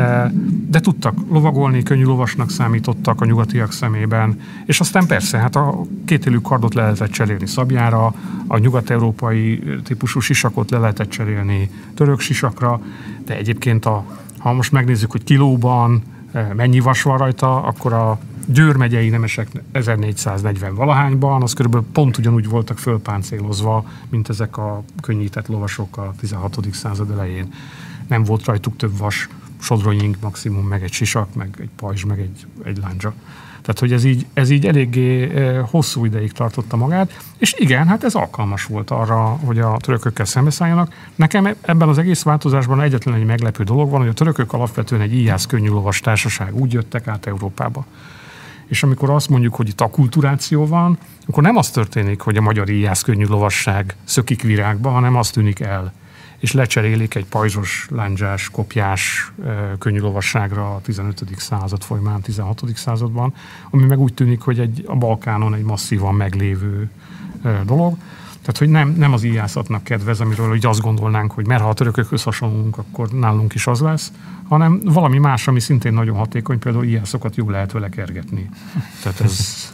de tudtak lovagolni, könnyű lovasnak számítottak a nyugatiak szemében, és aztán persze, hát a kétélű kardot le lehetett cserélni szabjára, a nyugat-európai típusú sisakot le lehetett cserélni török sisakra, de egyébként ha most megnézzük, hogy kilóban mennyi vas van rajta, akkor a Győr megyei nemesek 1440 valahányban, az körülbelül pont ugyanúgy voltak fölpáncélozva, mint ezek a könnyített lovasok a 16. század elején. Nem volt rajtuk több vas, sodronyink maximum, meg egy sisak, meg egy pajzs, meg egy lándzsa. Tehát, hogy ez így eléggé hosszú ideig tartotta magát, és igen, hát ez alkalmas volt arra, hogy a törökökkel szembeszálljanak. Nekem ebben az egész változásban egyetlen egy meglepő dolog van, hogy a törökök alapvetően egy íjász könnyű lovas társaság, úgy jöttek át Európába. És amikor azt mondjuk, hogy itt akkulturáció van, akkor nem az történik, hogy a magyar íjász könnyű lovasság szökik virágba, hanem az tűnik el. És lecserélik egy pajzsos, lándzsás, kopjás könnyű lovasságra a 15. század folyamán, 16. században, ami meg úgy tűnik, hogy a Balkánon egy masszívan meglévő dolog. Tehát, hogy nem az íjászatnak kedvez, amiről így azt gondolnánk, hogy mert ha a törökökhöz hasonlunk, akkor nálunk is az lesz, hanem valami más, ami szintén nagyon hatékony, például íjászokat jól lehet vele kergetni. Tehát ez...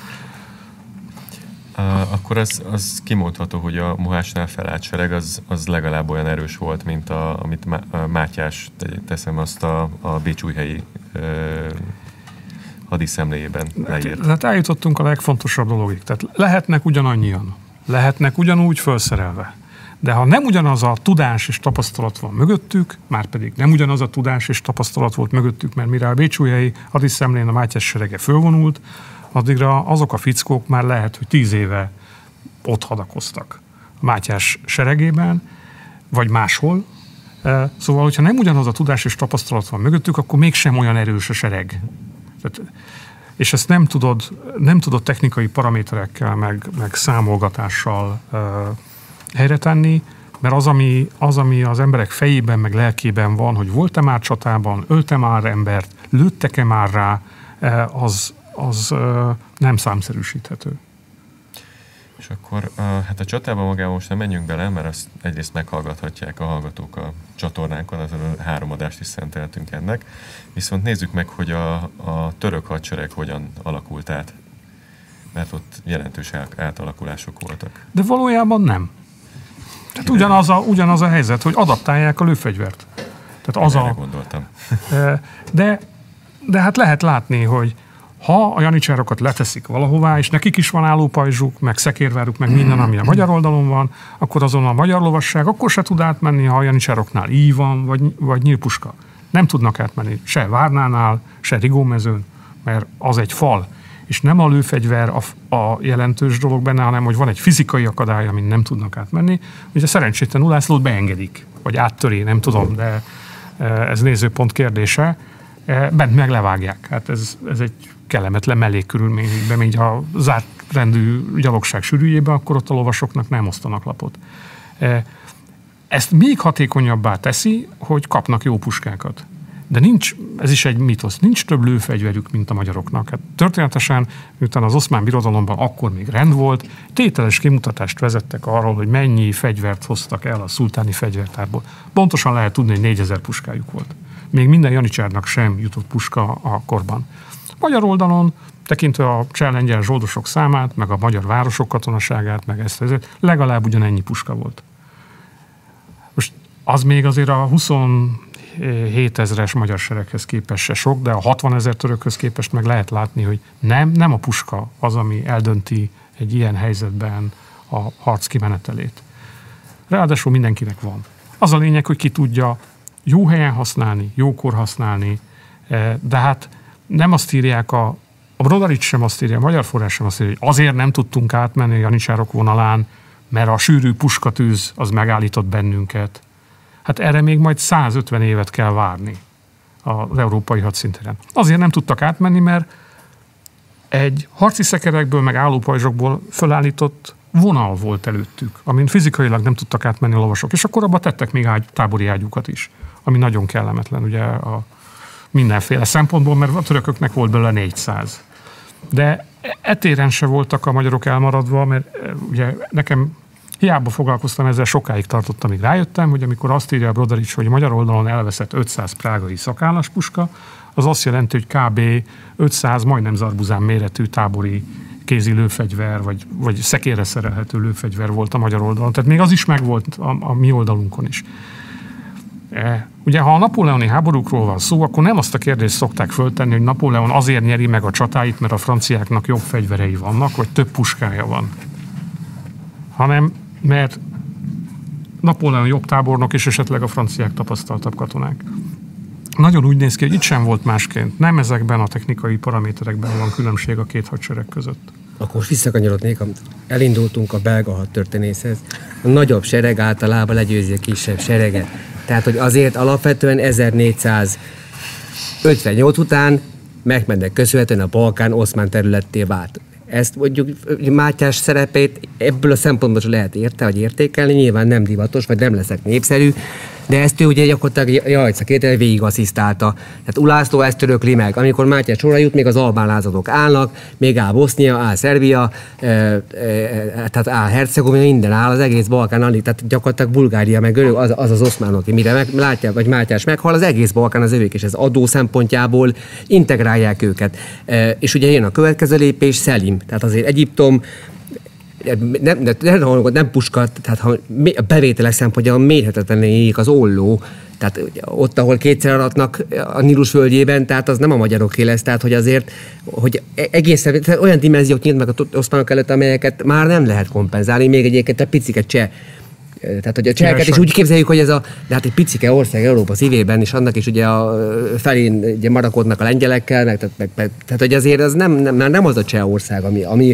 Akkor az kimondható, hogy a Mohásnál felállt sereg az legalább olyan erős volt, mint amit Mátyás, teszem azt a bécsújhelyi hadiszemléjében leírt. Tehát eljutottunk a legfontosabb dologig. Tehát lehetnek ugyanannyian, lehetnek ugyanúgy felszerelve. De ha nem ugyanaz a tudás és tapasztalat van mögöttük, már pedig nem ugyanaz a tudás és tapasztalat volt mögöttük, mert mire a bécsújhelyi hadiszemlén a Mátyás serege fölvonult, addigra azok a fickók már lehet, hogy 10 éve ott hadakoztak a Mátyás seregében, vagy máshol. Szóval, hogyha nem ugyanaz a tudás és tapasztalat van mögöttük, akkor mégsem olyan erős a sereg. És ezt nem tudod technikai paraméterekkel, meg számolgatással helyre tenni, mert az, ami az emberek fejében, meg lelkében van, hogy volt-e már csatában, ölte már embert, lőttek-e már rá, az nem számszerűsíthető. És akkor hát a csatában magában most nem menjünk bele, mert azt egyrészt meghallgathatják a hallgatók a csatornánkon, azon 3 adást is szenteltünk ennek. Viszont nézzük meg, hogy a török hadsereg hogyan alakult át. Mert ott jelentős átalakulások voltak. De valójában nem. Tehát ugyanaz a helyzet, hogy adaptálják a lőfegyvert. Tehát erre gondoltam. De hát lehet látni, hogy ha a janicsárokat leteszik valahová, és nekik is van állópajzsuk, meg szekérváruk, meg minden, ami a magyar oldalon van, akkor azon a magyar lovasság akkor se tud átmenni, ha a janicsároknál íj van, vagy nyílpuska. Nem tudnak átmenni se Várnánál, se Rigómezőn, mert az egy fal. És nem a lőfegyver a jelentős dolog benne, hanem hogy van egy fizikai akadály, amin nem tudnak átmenni. Ugye szerencsétlen Ulászlót beengedik, vagy áttöri, nem tudom, de ez nézőpont kérdése. Bent meg levágják. Hát ez egy kellemetlen mellékkörülmény, bemegy a zárt rendű gyalogság sűrűjébe, akkor ott a lovasoknak nem osztanak lapot. Ezt még hatékonyabbá teszi, hogy kapnak jó puskákat. De ez is egy mitosz, nincs több lőfegyverük, mint a magyaroknak. Hát történetesen, miután az Oszmán Birodalomban akkor még rend volt, tételes kimutatást vezettek arról, hogy mennyi fegyvert hoztak el a szultáni fegyvertárból. Pontosan lehet tudni, hogy 4000 puskájuk volt. Még minden janicsárnak sem jutott puska a korban. Magyar oldalon, tekintve a cseh-lengyel zsoldosok számát, meg a magyar városok katonaságát, meg ezt legalább ugyanennyi puska volt. Most az még azért a 27 000-es magyar sereghez képest se sok, de a 60 000 törökhöz képest meg lehet látni, hogy nem a puska az, ami eldönti egy ilyen helyzetben a harc kimenetelét. Ráadásul mindenkinek van. Az a lényeg, hogy ki tudja jó helyen használni, jókor használni, de hát nem azt írják, a Brodarics sem azt írja, a magyar forrás sem azt írja, hogy azért nem tudtunk átmenni a janicsárok vonalán, mert a sűrű puskatűz az megállított bennünket. Hát erre még majd 150 évet kell várni az európai hadszintéren. Azért nem tudtak átmenni, mert egy harci szekerekből, meg állópajzsokból fölállított vonal volt előttük, amin fizikailag nem tudtak átmenni a lovasok, és akkor abba tettek még tábori ágyukat is, ami nagyon kellemetlen, ugye a mindenféle szempontból, mert a törököknek volt belőle 400. De etéren se voltak a magyarok elmaradva, mert ugye nekem hiába foglalkoztam ezzel, sokáig tartottam, amíg rájöttem, hogy amikor azt írja a Brodarics, hogy magyar oldalon elveszett 500 prágai szakállaspuska, az azt jelenti, hogy kb. 500 majdnem zarbuzán méretű tábori kézi lőfegyver, vagy szekérre szerelhető lőfegyver volt a magyar oldalon. Tehát még az is megvolt a mi oldalunkon is. Ugye, ha a napóleoni háborúkról van szó, akkor nem azt a kérdést szokták föltenni, hogy Napóleon azért nyeri meg a csatáit, mert a franciáknak jobb fegyverei vannak, vagy több puskája van. Hanem mert Napóleon jobb tábornok, és esetleg a franciák tapasztaltabb katonák. Nagyon úgy néz ki, hogy itt sem volt másként. Nem ezekben a technikai paraméterekben van különbség a két hadsereg között. Akkor most visszakanyarodnék, elindultunk a belga hadtörténészhez. A nagyobb sereg általában legyőzi a kisebb sereget. Tehát, hogy azért alapvetően 1458 után megmennek köszönhetően a Balkán oszmán területté vált. Ezt mondjuk Mátyás szerepét ebből a szempontból lehet értékelni, nyilván nem divatos, vagy nem leszek népszerű, de ezt ő ugye gyakorlatilag Jajca kétel végig asszisztálta. Tehát Ulászló ezt törökli meg. Amikor Mátyás sorra jut, még az albán lázadók állnak, még áll Bosznia, áll Szerbia, tehát áll Hercegovina, minden áll, az egész Balkán alig, tehát gyakorlatilag Bulgária meg Görög, az oszmánok, mire látja, vagy Mátyás meghal, az egész Balkán az övék, és ez adó szempontjából integrálják őket. És ugye jön a következő lépés, Szelim, tehát azért Egyiptom, nem puska, tehát ha a bevételek szempontjából mérhetetlenül érik az olló, tehát ott, ahol kétszer aratnak a Nílus völgyében, tehát az nem a magyaroké lesz, tehát hogy azért, hogy egészen olyan dimenziók nyílt meg az oszmánok előtt, amelyeket már nem lehet kompenzálni, még egyébként a picike cseh. Tehát, hogy a cseheket is úgy képzeljük, hogy ez de hát egy picike ország Európa szívében, és annak is ugye a felén ugye marakodnak a lengyelekkel, tehát hogy azért az nem az a cseh ország, ami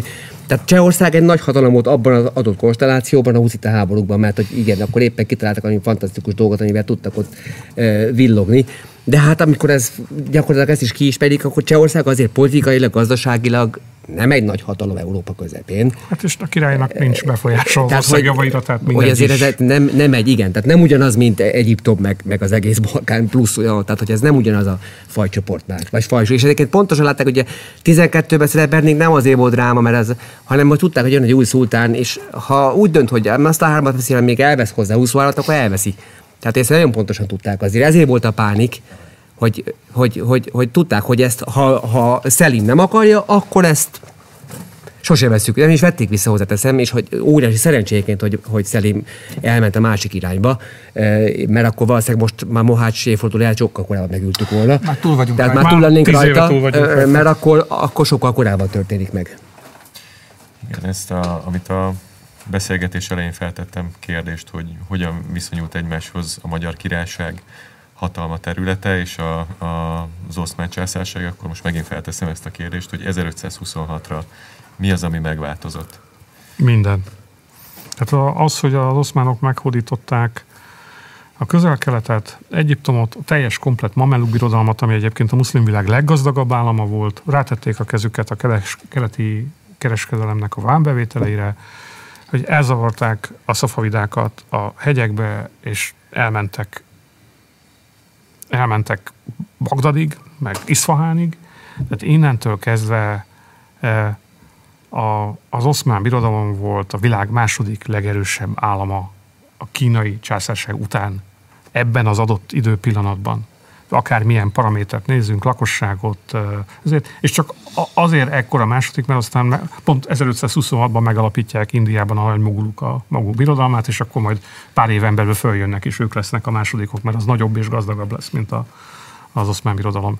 Tehát Csehország egy nagy hatalom volt abban az adott konstellációban, a huszita háborúkban, mert hogy igen, akkor éppen kitaláltak valami fantasztikus dolgot, amivel tudtak ott villogni. De hát amikor ez gyakorlatilag ezt is kiismerik, akkor Csehország azért politikailag, gazdaságilag nem egy nagy hatalom Európa közepén. Hát és a királynak nincs befolyása az ország javaira, tehát hogy azért ez nem egy, igen, tehát nem ugyanaz, mint Egyiptom, meg az egész Balkán plusz olyan, tehát hogy ez nem ugyanaz a fajcsoport már, vagy fajsor. És egyébként pontosan látták, hogy 12-ben Srebrenik nem azért volt dráma, mert ez, hanem hogy tudták, hogy jön egy új szultán, és ha úgy dönt, hogy azt a 3-at veszi, még elvesz hozzá 20 várat, akkor elveszi. Tehát ezt nagyon pontosan tudták azért. Ezért volt a pánik, hogy tudták, hogy ezt, ha Szelim nem akarja, akkor ezt sose veszük. Nem is vették vissza, hozzáteszem, és hogy óriási szerencséként, hogy Szelim elment a másik irányba, mert akkor valószínűleg most már Mohács évforduló el sokkal korábban megültük volna. Már túl vagyunk. Tehát már túl lennénk rajta, mert akkor sokkal korábban történik meg. Igen, ezt amit a beszélgetés elején feltettem kérdést, hogy hogyan viszonyult egymáshoz a Magyar Királyság hatalma területe és az Oszmán Császárság, akkor most megint felteszem ezt a kérdést, hogy 1526-ra mi az, ami megváltozott? Minden. Tehát az, hogy az oszmánok meghódították a Közel-Keletet, Egyiptomot, a teljes komplet Mameluk birodalmat, ami egyébként a muszlim világ leggazdagabb állama volt, rátették a kezüket a keleti kereskedelemnek a vámbevételeire, hogy elzavarták a szafavidákat a hegyekbe, és elmentek Bagdadig, meg Iszfahánig. Tehát innentől kezdve az oszmán birodalom volt a világ második legerősebb állama a kínai császárság után ebben az adott időpillanatban. Akármilyen paramétert nézzünk, lakosságot, és csak azért ekkora második, mert aztán pont 1526-ban megalapítják Indiában a moguluk a maguk birodalmát, és akkor majd pár éven belül följönnek, és ők lesznek a másodikok, mert az nagyobb és gazdagabb lesz, mint az oszmán birodalom.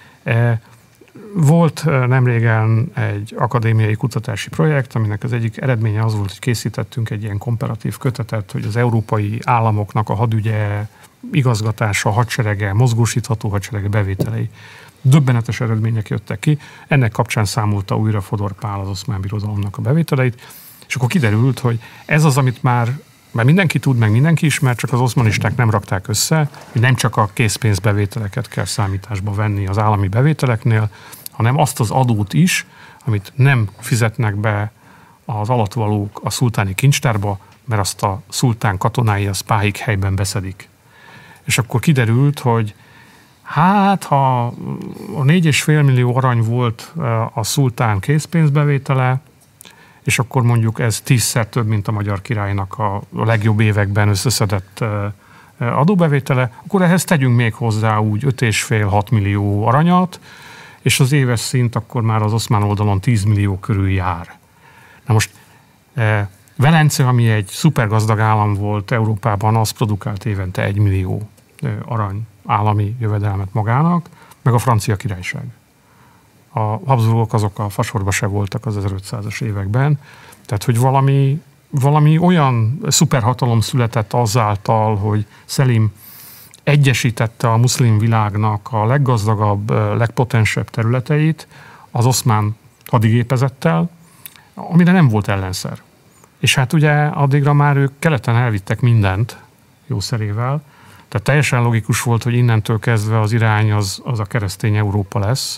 Volt nemrégen egy akadémiai kutatási projekt, aminek az egyik eredménye az volt, hogy készítettünk egy ilyen komparatív kötetet, hogy az európai államoknak a hadügye, igazgatása, hadserege, mozgósítható hadserege bevételei. Döbbenetes eredmények jöttek ki. Ennek kapcsán számolta újra Fodor Pál az oszmán birodalomnak a bevételeit, és akkor kiderült, hogy ez az, amit már mindenki tud, meg mindenki ismer, csak az oszmanisták nem rakták össze, hogy nem csak a készpénzbevételeket kell számításba venni az állami bevételeknél, hanem azt az adót is, amit nem fizetnek be az alattvalók a szultáni kincstárba, mert azt a szultán katonái a spáhik helyben beszedik. És akkor kiderült, hogy hát, ha a 4,5 millió arany volt a szultán készpénzbevétele, és akkor mondjuk ez 10-szer több, mint a magyar királynak a legjobb években összeszedett adóbevétele, akkor ehhez tegyünk még hozzá úgy 5,5-6 millió aranyat, és az éves szint akkor már az oszmán oldalon 10 millió körül jár. Na most Velence, ami egy szupergazdag állam volt Európában, az produkált évente 1 millió arany állami jövedelmet magának, meg a francia királyság. A Habsburgok azok a fasorba se voltak az 1500-as években, tehát hogy valami olyan szuperhatalom született azáltal, hogy Szelim egyesítette a muszlim világnak a leggazdagabb, legpotensebb területeit az oszmán hadigépezettel, amire nem volt ellenszer. És hát ugye addigra már ők keleten elvittek mindent jószerével, tehát teljesen logikus volt, hogy innentől kezdve az irány az a keresztény Európa lesz.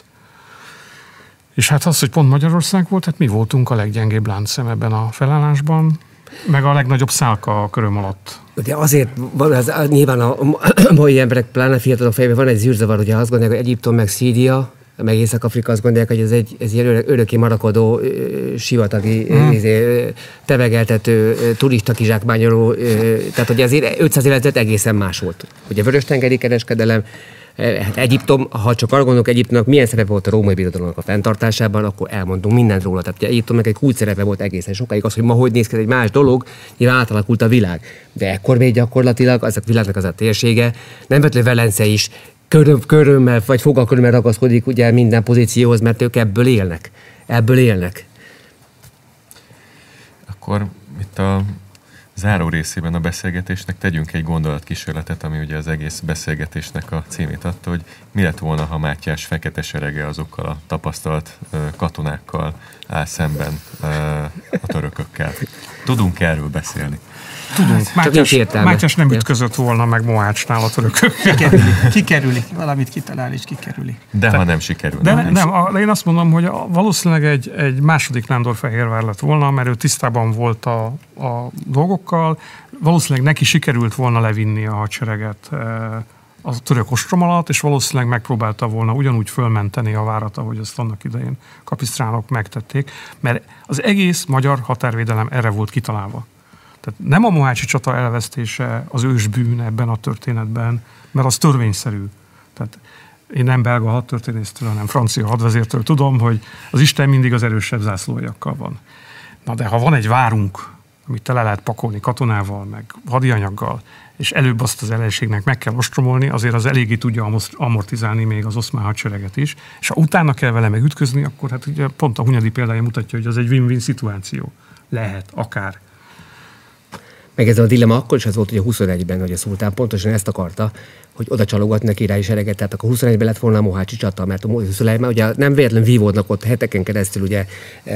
És hát az, hogy pont Magyarország volt, hát mi voltunk a leggyengébb láncszem ebben a felállásban, meg a legnagyobb szálka a köröm alatt. De azért nyilván a mai emberek, pláne fiatalok fejében van egy zűrzavar, ugye azt gondolják, hogy Egyiptom meg Szíria, meg Észak-Afrika azt gondolják, hogy ez egy örökké marakodó, sivatagi, tevegeltető, turista kizsákmányoló, tehát hogy azért 500 évet egészen más volt. Ugye vörös-tengeri kereskedelem, hát Egyiptom, ha csak arra gondolok, Egyiptomnak milyen szerepe volt a római birodalomnak a fenntartásában, akkor elmondunk mindent róla. Tehát Egyiptomnak egy kulcs szerepe volt egészen sokáig. Az, hogy ma hogy néz ki egy más dolog, nyilván átalakult a világ. De ekkor még gyakorlatilag az a világnak az a térsége, nem vetlenül Velence is körömmel vagy fogalkörömmel ragaszkodik ugye minden pozícióhoz, mert ők ebből élnek. Ebből élnek. Akkor itt záró részében a beszélgetésnek tegyünk egy gondolatkísérletet, ami ugye az egész beszélgetésnek a címét adta, hogy mi lett volna, ha Mátyás fekete serege azokkal a tapasztalt katonákkal áll szemben a törökökkel. Tudunk erről beszélni? Tudunk. Mátyás nem ütközött volna meg Mohácsnál a törökökkel. Kikerüli. Valamit kitalál és kikerüli. Ha nem sikerül. Én azt mondom, hogy valószínűleg egy második Nándorfehérvár lett volna, mert ő tisztában volt a dolgokkal. Valószínűleg neki sikerült volna levinni a hadsereget a török ostrom alatt, és valószínűleg megpróbálta volna ugyanúgy fölmenteni a várat, ahogy azt annak idején kapisztránok megtették, mert az egész magyar határvédelem erre volt kitalálva. Tehát nem a mohácsi csata elvesztése az ősbűn ebben a történetben, mert az törvényszerű. Tehát én nem belga hadtörténésztől, hanem francia hadvezértől tudom, hogy az Isten mindig az erősebb zászlójakkal van. Na de ha van egy várunk, amit tele lehet pakolni katonával, meg hadianyaggal, és előbb azt az ellenségnek meg kell ostromolni, azért az eléggé tudja amortizálni még az oszmán hadsereget is, és ha utána kell vele megütközni, akkor hát ugye pont a Hunyadi példája mutatja, hogy az egy win-win szituáció. Lehet, akár. Meg ez a dilemma akkor is az volt, hogy a 21-ben, hogy a szultán pontosan ezt akarta, hogy oda csalogatni a királyi sereget, tehát akkor 21-ben lett volna a mohácsi csata, mert a Szulejmán ugye nem véletlenül vívódnak ott heteken keresztül ugye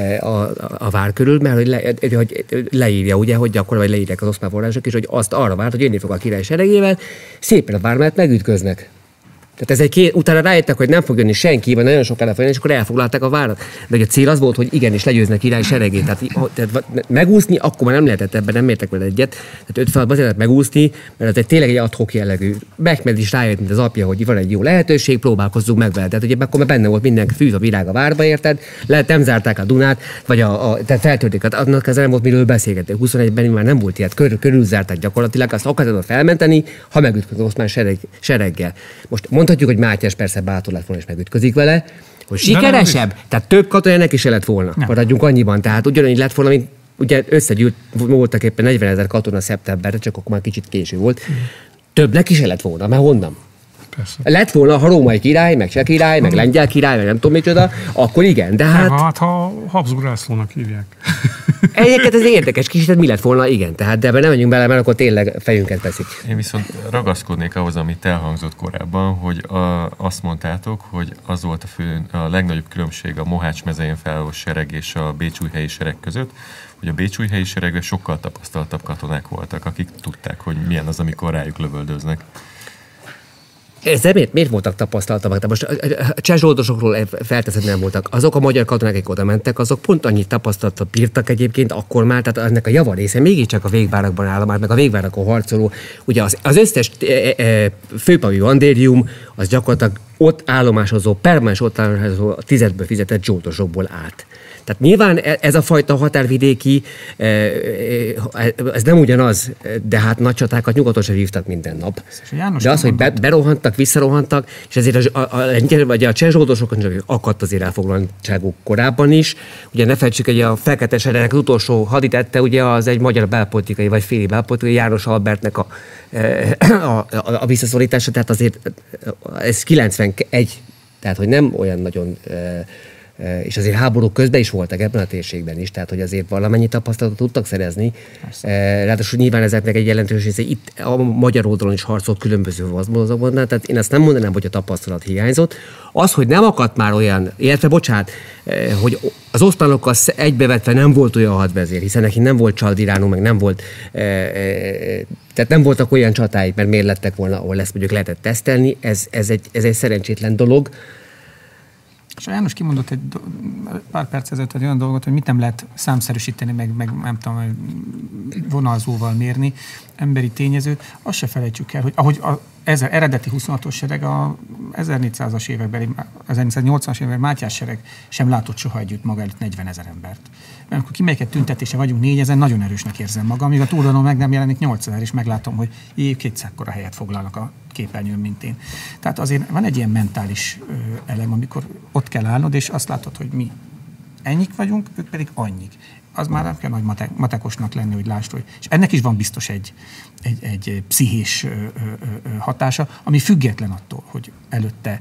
a vár körül, mert hogy leírja, ugye, hogy gyakorlatilag leírják az oszmán források is, hogy azt arra várt, hogy jönni fog a királyi seregével, szépen a vár mellett megütköznek. Tehát utána rájöttek, hogy nem fog jönni senki, vagy nagyon sok elefajön, és akkor elfoglalták a várat. De hogy a cél az volt, hogy igenis legyőznek király seregét. Tehát megúszni, akkor már nem lehetett, ebben nem értek vele egyet. Tehát 5 feladat azért lehet megúszni, mert ez tényleg egy ad-hoc jellegű. Mehmed is rájött, mint az apja, hogy van egy jó lehetőség, próbálkozzunk meg vele. Tehát ugye akkor már benne volt mindenki fűz a virág a várba, érted? Lehet nem zárták a Dunát, vagy tehát feltörték, annak ezzel nem volt miről beszélgetni. 21-ben már nem volt ilyet, körülzárták gyakorlatilag, azt akartak felmenteni, ha megütközik oszmán sereggel. Most mondhatjuk, hogy Mátyás persze bátor lett volna és megütközik vele, hogy sikeresebb, tehát több katonának is lett volna. Maradjunk annyiban. Tehát ugyanúgy lett volna, mint ugye összegyűlt voltak éppen 40 000 katona szeptemberre, csak akkor már kicsit késő volt. Többnek is lett volna, mert honnan? Persze. Lett volna, ha római király, meg cseh király, meg lengyel király, meg nem tudom micsoda, akkor igen, de hát... Hát ha Habsburg Lászlónak hívják. Egyébként ez érdekes kicsit, mi lett volna, igen, tehát de ebben nem menjünk bele, mert akkor tényleg fejünket veszik. Én viszont ragaszkodnék ahhoz, amit elhangzott korábban, hogy azt mondtátok, hogy az volt a legnagyobb különbség a Mohács mezején felálló sereg és a bécsújhelyi sereg között, hogy a bécsújhelyi seregben sokkal tapasztaltabb katonák voltak, akik tudták, hogy milyen az, amikor rájuk lövöldöznek. Ezzel miért voltak tapasztaltabbak? Most a cseh zsoldosokról felteszed, nem voltak. Azok a magyar katonák, akik oda mentek, azok pont annyit tapasztalatot bírtak egyébként akkor már, tehát ennek a javarésze mégiscsak a végvárakban áll, már meg a végvárakon harcoló. Ugye az összes főpapi bandérium, az gyakorlatilag ott állomásozó, permanens ott állomásozó, a 10-ből fizetett zsoldosokból állt. Tehát nyilván ez a fajta határvidéki, ez nem ugyanaz, de hát nagy csatákat nyugaton sem vívtak minden nap. De az, hogy berohantak, visszarohantak, és ezért a cseh zsoldosokon csak akadt azért elfoglaltságuk korábban is. Ugye ne felejtsük, hogy a fekete seregnek az utolsó haditette, ugye az egy magyar belpolitikai, vagy féli belpolitikai, János Albertnek a visszaszorítása, tehát azért ez 91, tehát hogy nem olyan nagyon... és azért háborúk közben is voltak ebben a térségben is, tehát hogy azért valamennyi tapasztalatot tudtak szerezni. Ráadásul nyilván ezeknek egy jelentős része itt a magyar oldalon is harcolt különböző mozgókban, tehát én azt nem mondanám, hogy a tapasztalat hiányzott. Az, hogy nem akadt már olyan, illetve bocsánat, hogy az oszmánokkal egybevetve nem volt olyan hadvezér, hiszen neki nem volt csaldiránó, meg nem volt, tehát nem voltak olyan csatáik, mert miért lettek volna, ahol ezt mondjuk lehetett tesztelni, ez egy szerencsétlen dolog. És a János kimondott egy pár perc ezelőtt egy olyan dolgot, hogy mit nem lehet számszerűsíteni, meg nem tudom, vonalzóval mérni, emberi tényezőt. Azt se felejtsük el, hogy ahogy ez az eredeti 26-os sereg a 1400-as évekbeli, 1980-as években Mátyás sereg sem látott soha együtt maga előtt 40 000 embert. Mert amikor kimegyek egy tüntetése vagyunk 4000, nagyon erősnek érzem magam, amíg a túloldalon meg nem jelenik 8000, és meglátom, hogy kétszerkora helyet foglalnak a képernyőn, mint én. Tehát azért van egy ilyen mentális elem, amikor ott kell állnod, és azt látod, hogy mi ennyik vagyunk, ők pedig annyik. Az már nem kell nagy matekosnak lenni, hogy lásd, hogy... És ennek is van biztos egy pszichés hatása, ami független attól, hogy előtte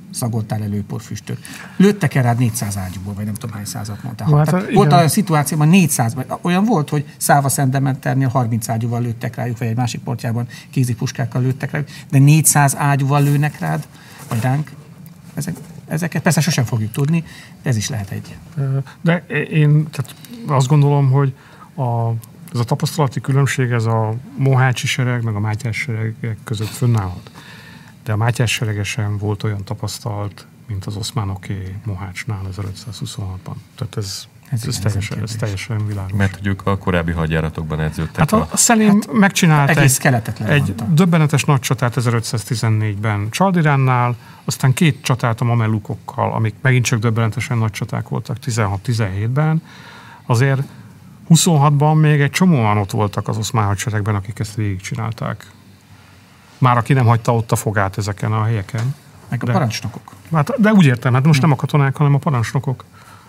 szagoltál elő porfüstöt. Lőttek el rád 400 ágyúból, vagy nem tudom hány százat mondtál. Hát, volt olyan szituációban 400, olyan volt, hogy Szávaszendemetternél 30 ágyúval lőttek rájuk, vagy egy másik portyában kézipuskákkal lőttek rájuk, de 400 ágyúval lőnek rád, vagy ránk. Ezeket persze sosem fogjuk tudni, de ez is lehet egy. De én tehát azt gondolom, hogy ez a tapasztalati különbség, ez a mohácsi sereg, meg a mátyás seregek között fönnállhat. De a mátyás seregesen volt olyan tapasztalt, mint az oszmánoké Mohácsnál 1526-ban. Tehát ez teljesen világos. Mert hogy ők a korábbi hadjáratokban edződtek. Hát a Szelém megcsinált egy döbbenetes nagy csatát 1514-ben Csaldiránnál, aztán 2 csatát a mamelukokkal, amik megint csak döbbenetesen nagy csaták voltak 16-17-ben. Azért 26-ban még egy csomóan ott voltak az oszmán hadseregben, akik ezt végigcsinálták. Már aki nem hagyta ott a fogát ezeken a helyeken. Meg a parancsnokok. De úgy értem, hát most nem a katonák, hanem a parancsnokok.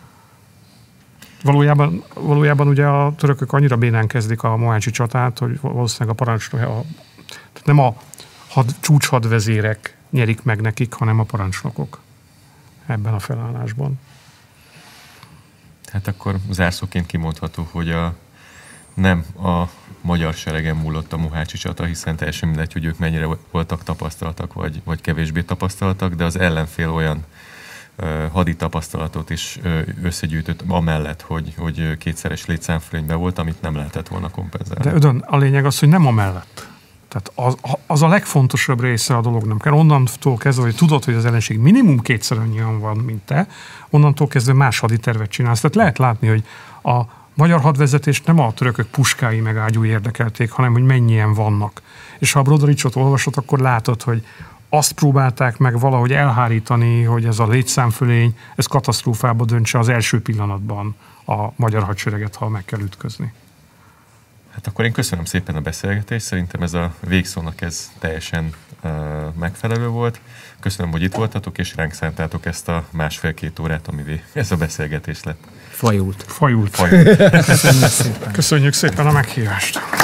Valójában ugye a törökök annyira bénán kezdik a mohácsi csatát, hogy valószínűleg a parancsnokok, tehát nem a csúcshadvezérek nyerik meg nekik, hanem a parancsnokok ebben a felállásban. Hát akkor zárszóként kimondható, hogy nem a magyar seregen múlott a mohácsi csata, hiszen teljesen mindegy, hogy ők mennyire voltak tapasztaltak, vagy kevésbé tapasztaltak, de az ellenfél olyan hadi tapasztalatot is összegyűjtött amellett, hogy 2-szeres létszámfölényben volt, amit nem lehetett volna kompenzálni. De Ödön, a lényeg az, hogy nem amellett. Tehát az a legfontosabb része a dolognak. Mert onnantól kezdve, hogy tudod, hogy az ellenség minimum 2-szer annyian van, mint te, onnantól kezdve más haditervet csinálsz. Tehát lehet látni, hogy a magyar hadvezetést nem a törökök puskái meg ágyúi érdekelték, hanem hogy mennyien vannak. És ha a Brodericsot olvasod, akkor látod, hogy azt próbálták meg valahogy elhárítani, hogy ez a létszámfölény, ez katasztrófába döntse az első pillanatban a magyar hadsereget, ha meg kell ütközni. Hát akkor én köszönöm szépen a beszélgetést, szerintem ez a végszónak ez teljesen megfelelő volt. Köszönöm, hogy itt voltatok, és ránk szántátok ezt a 1,5-2 órát, amivé ez a beszélgetés lett. Fajult. Köszönjük szépen a meghívást.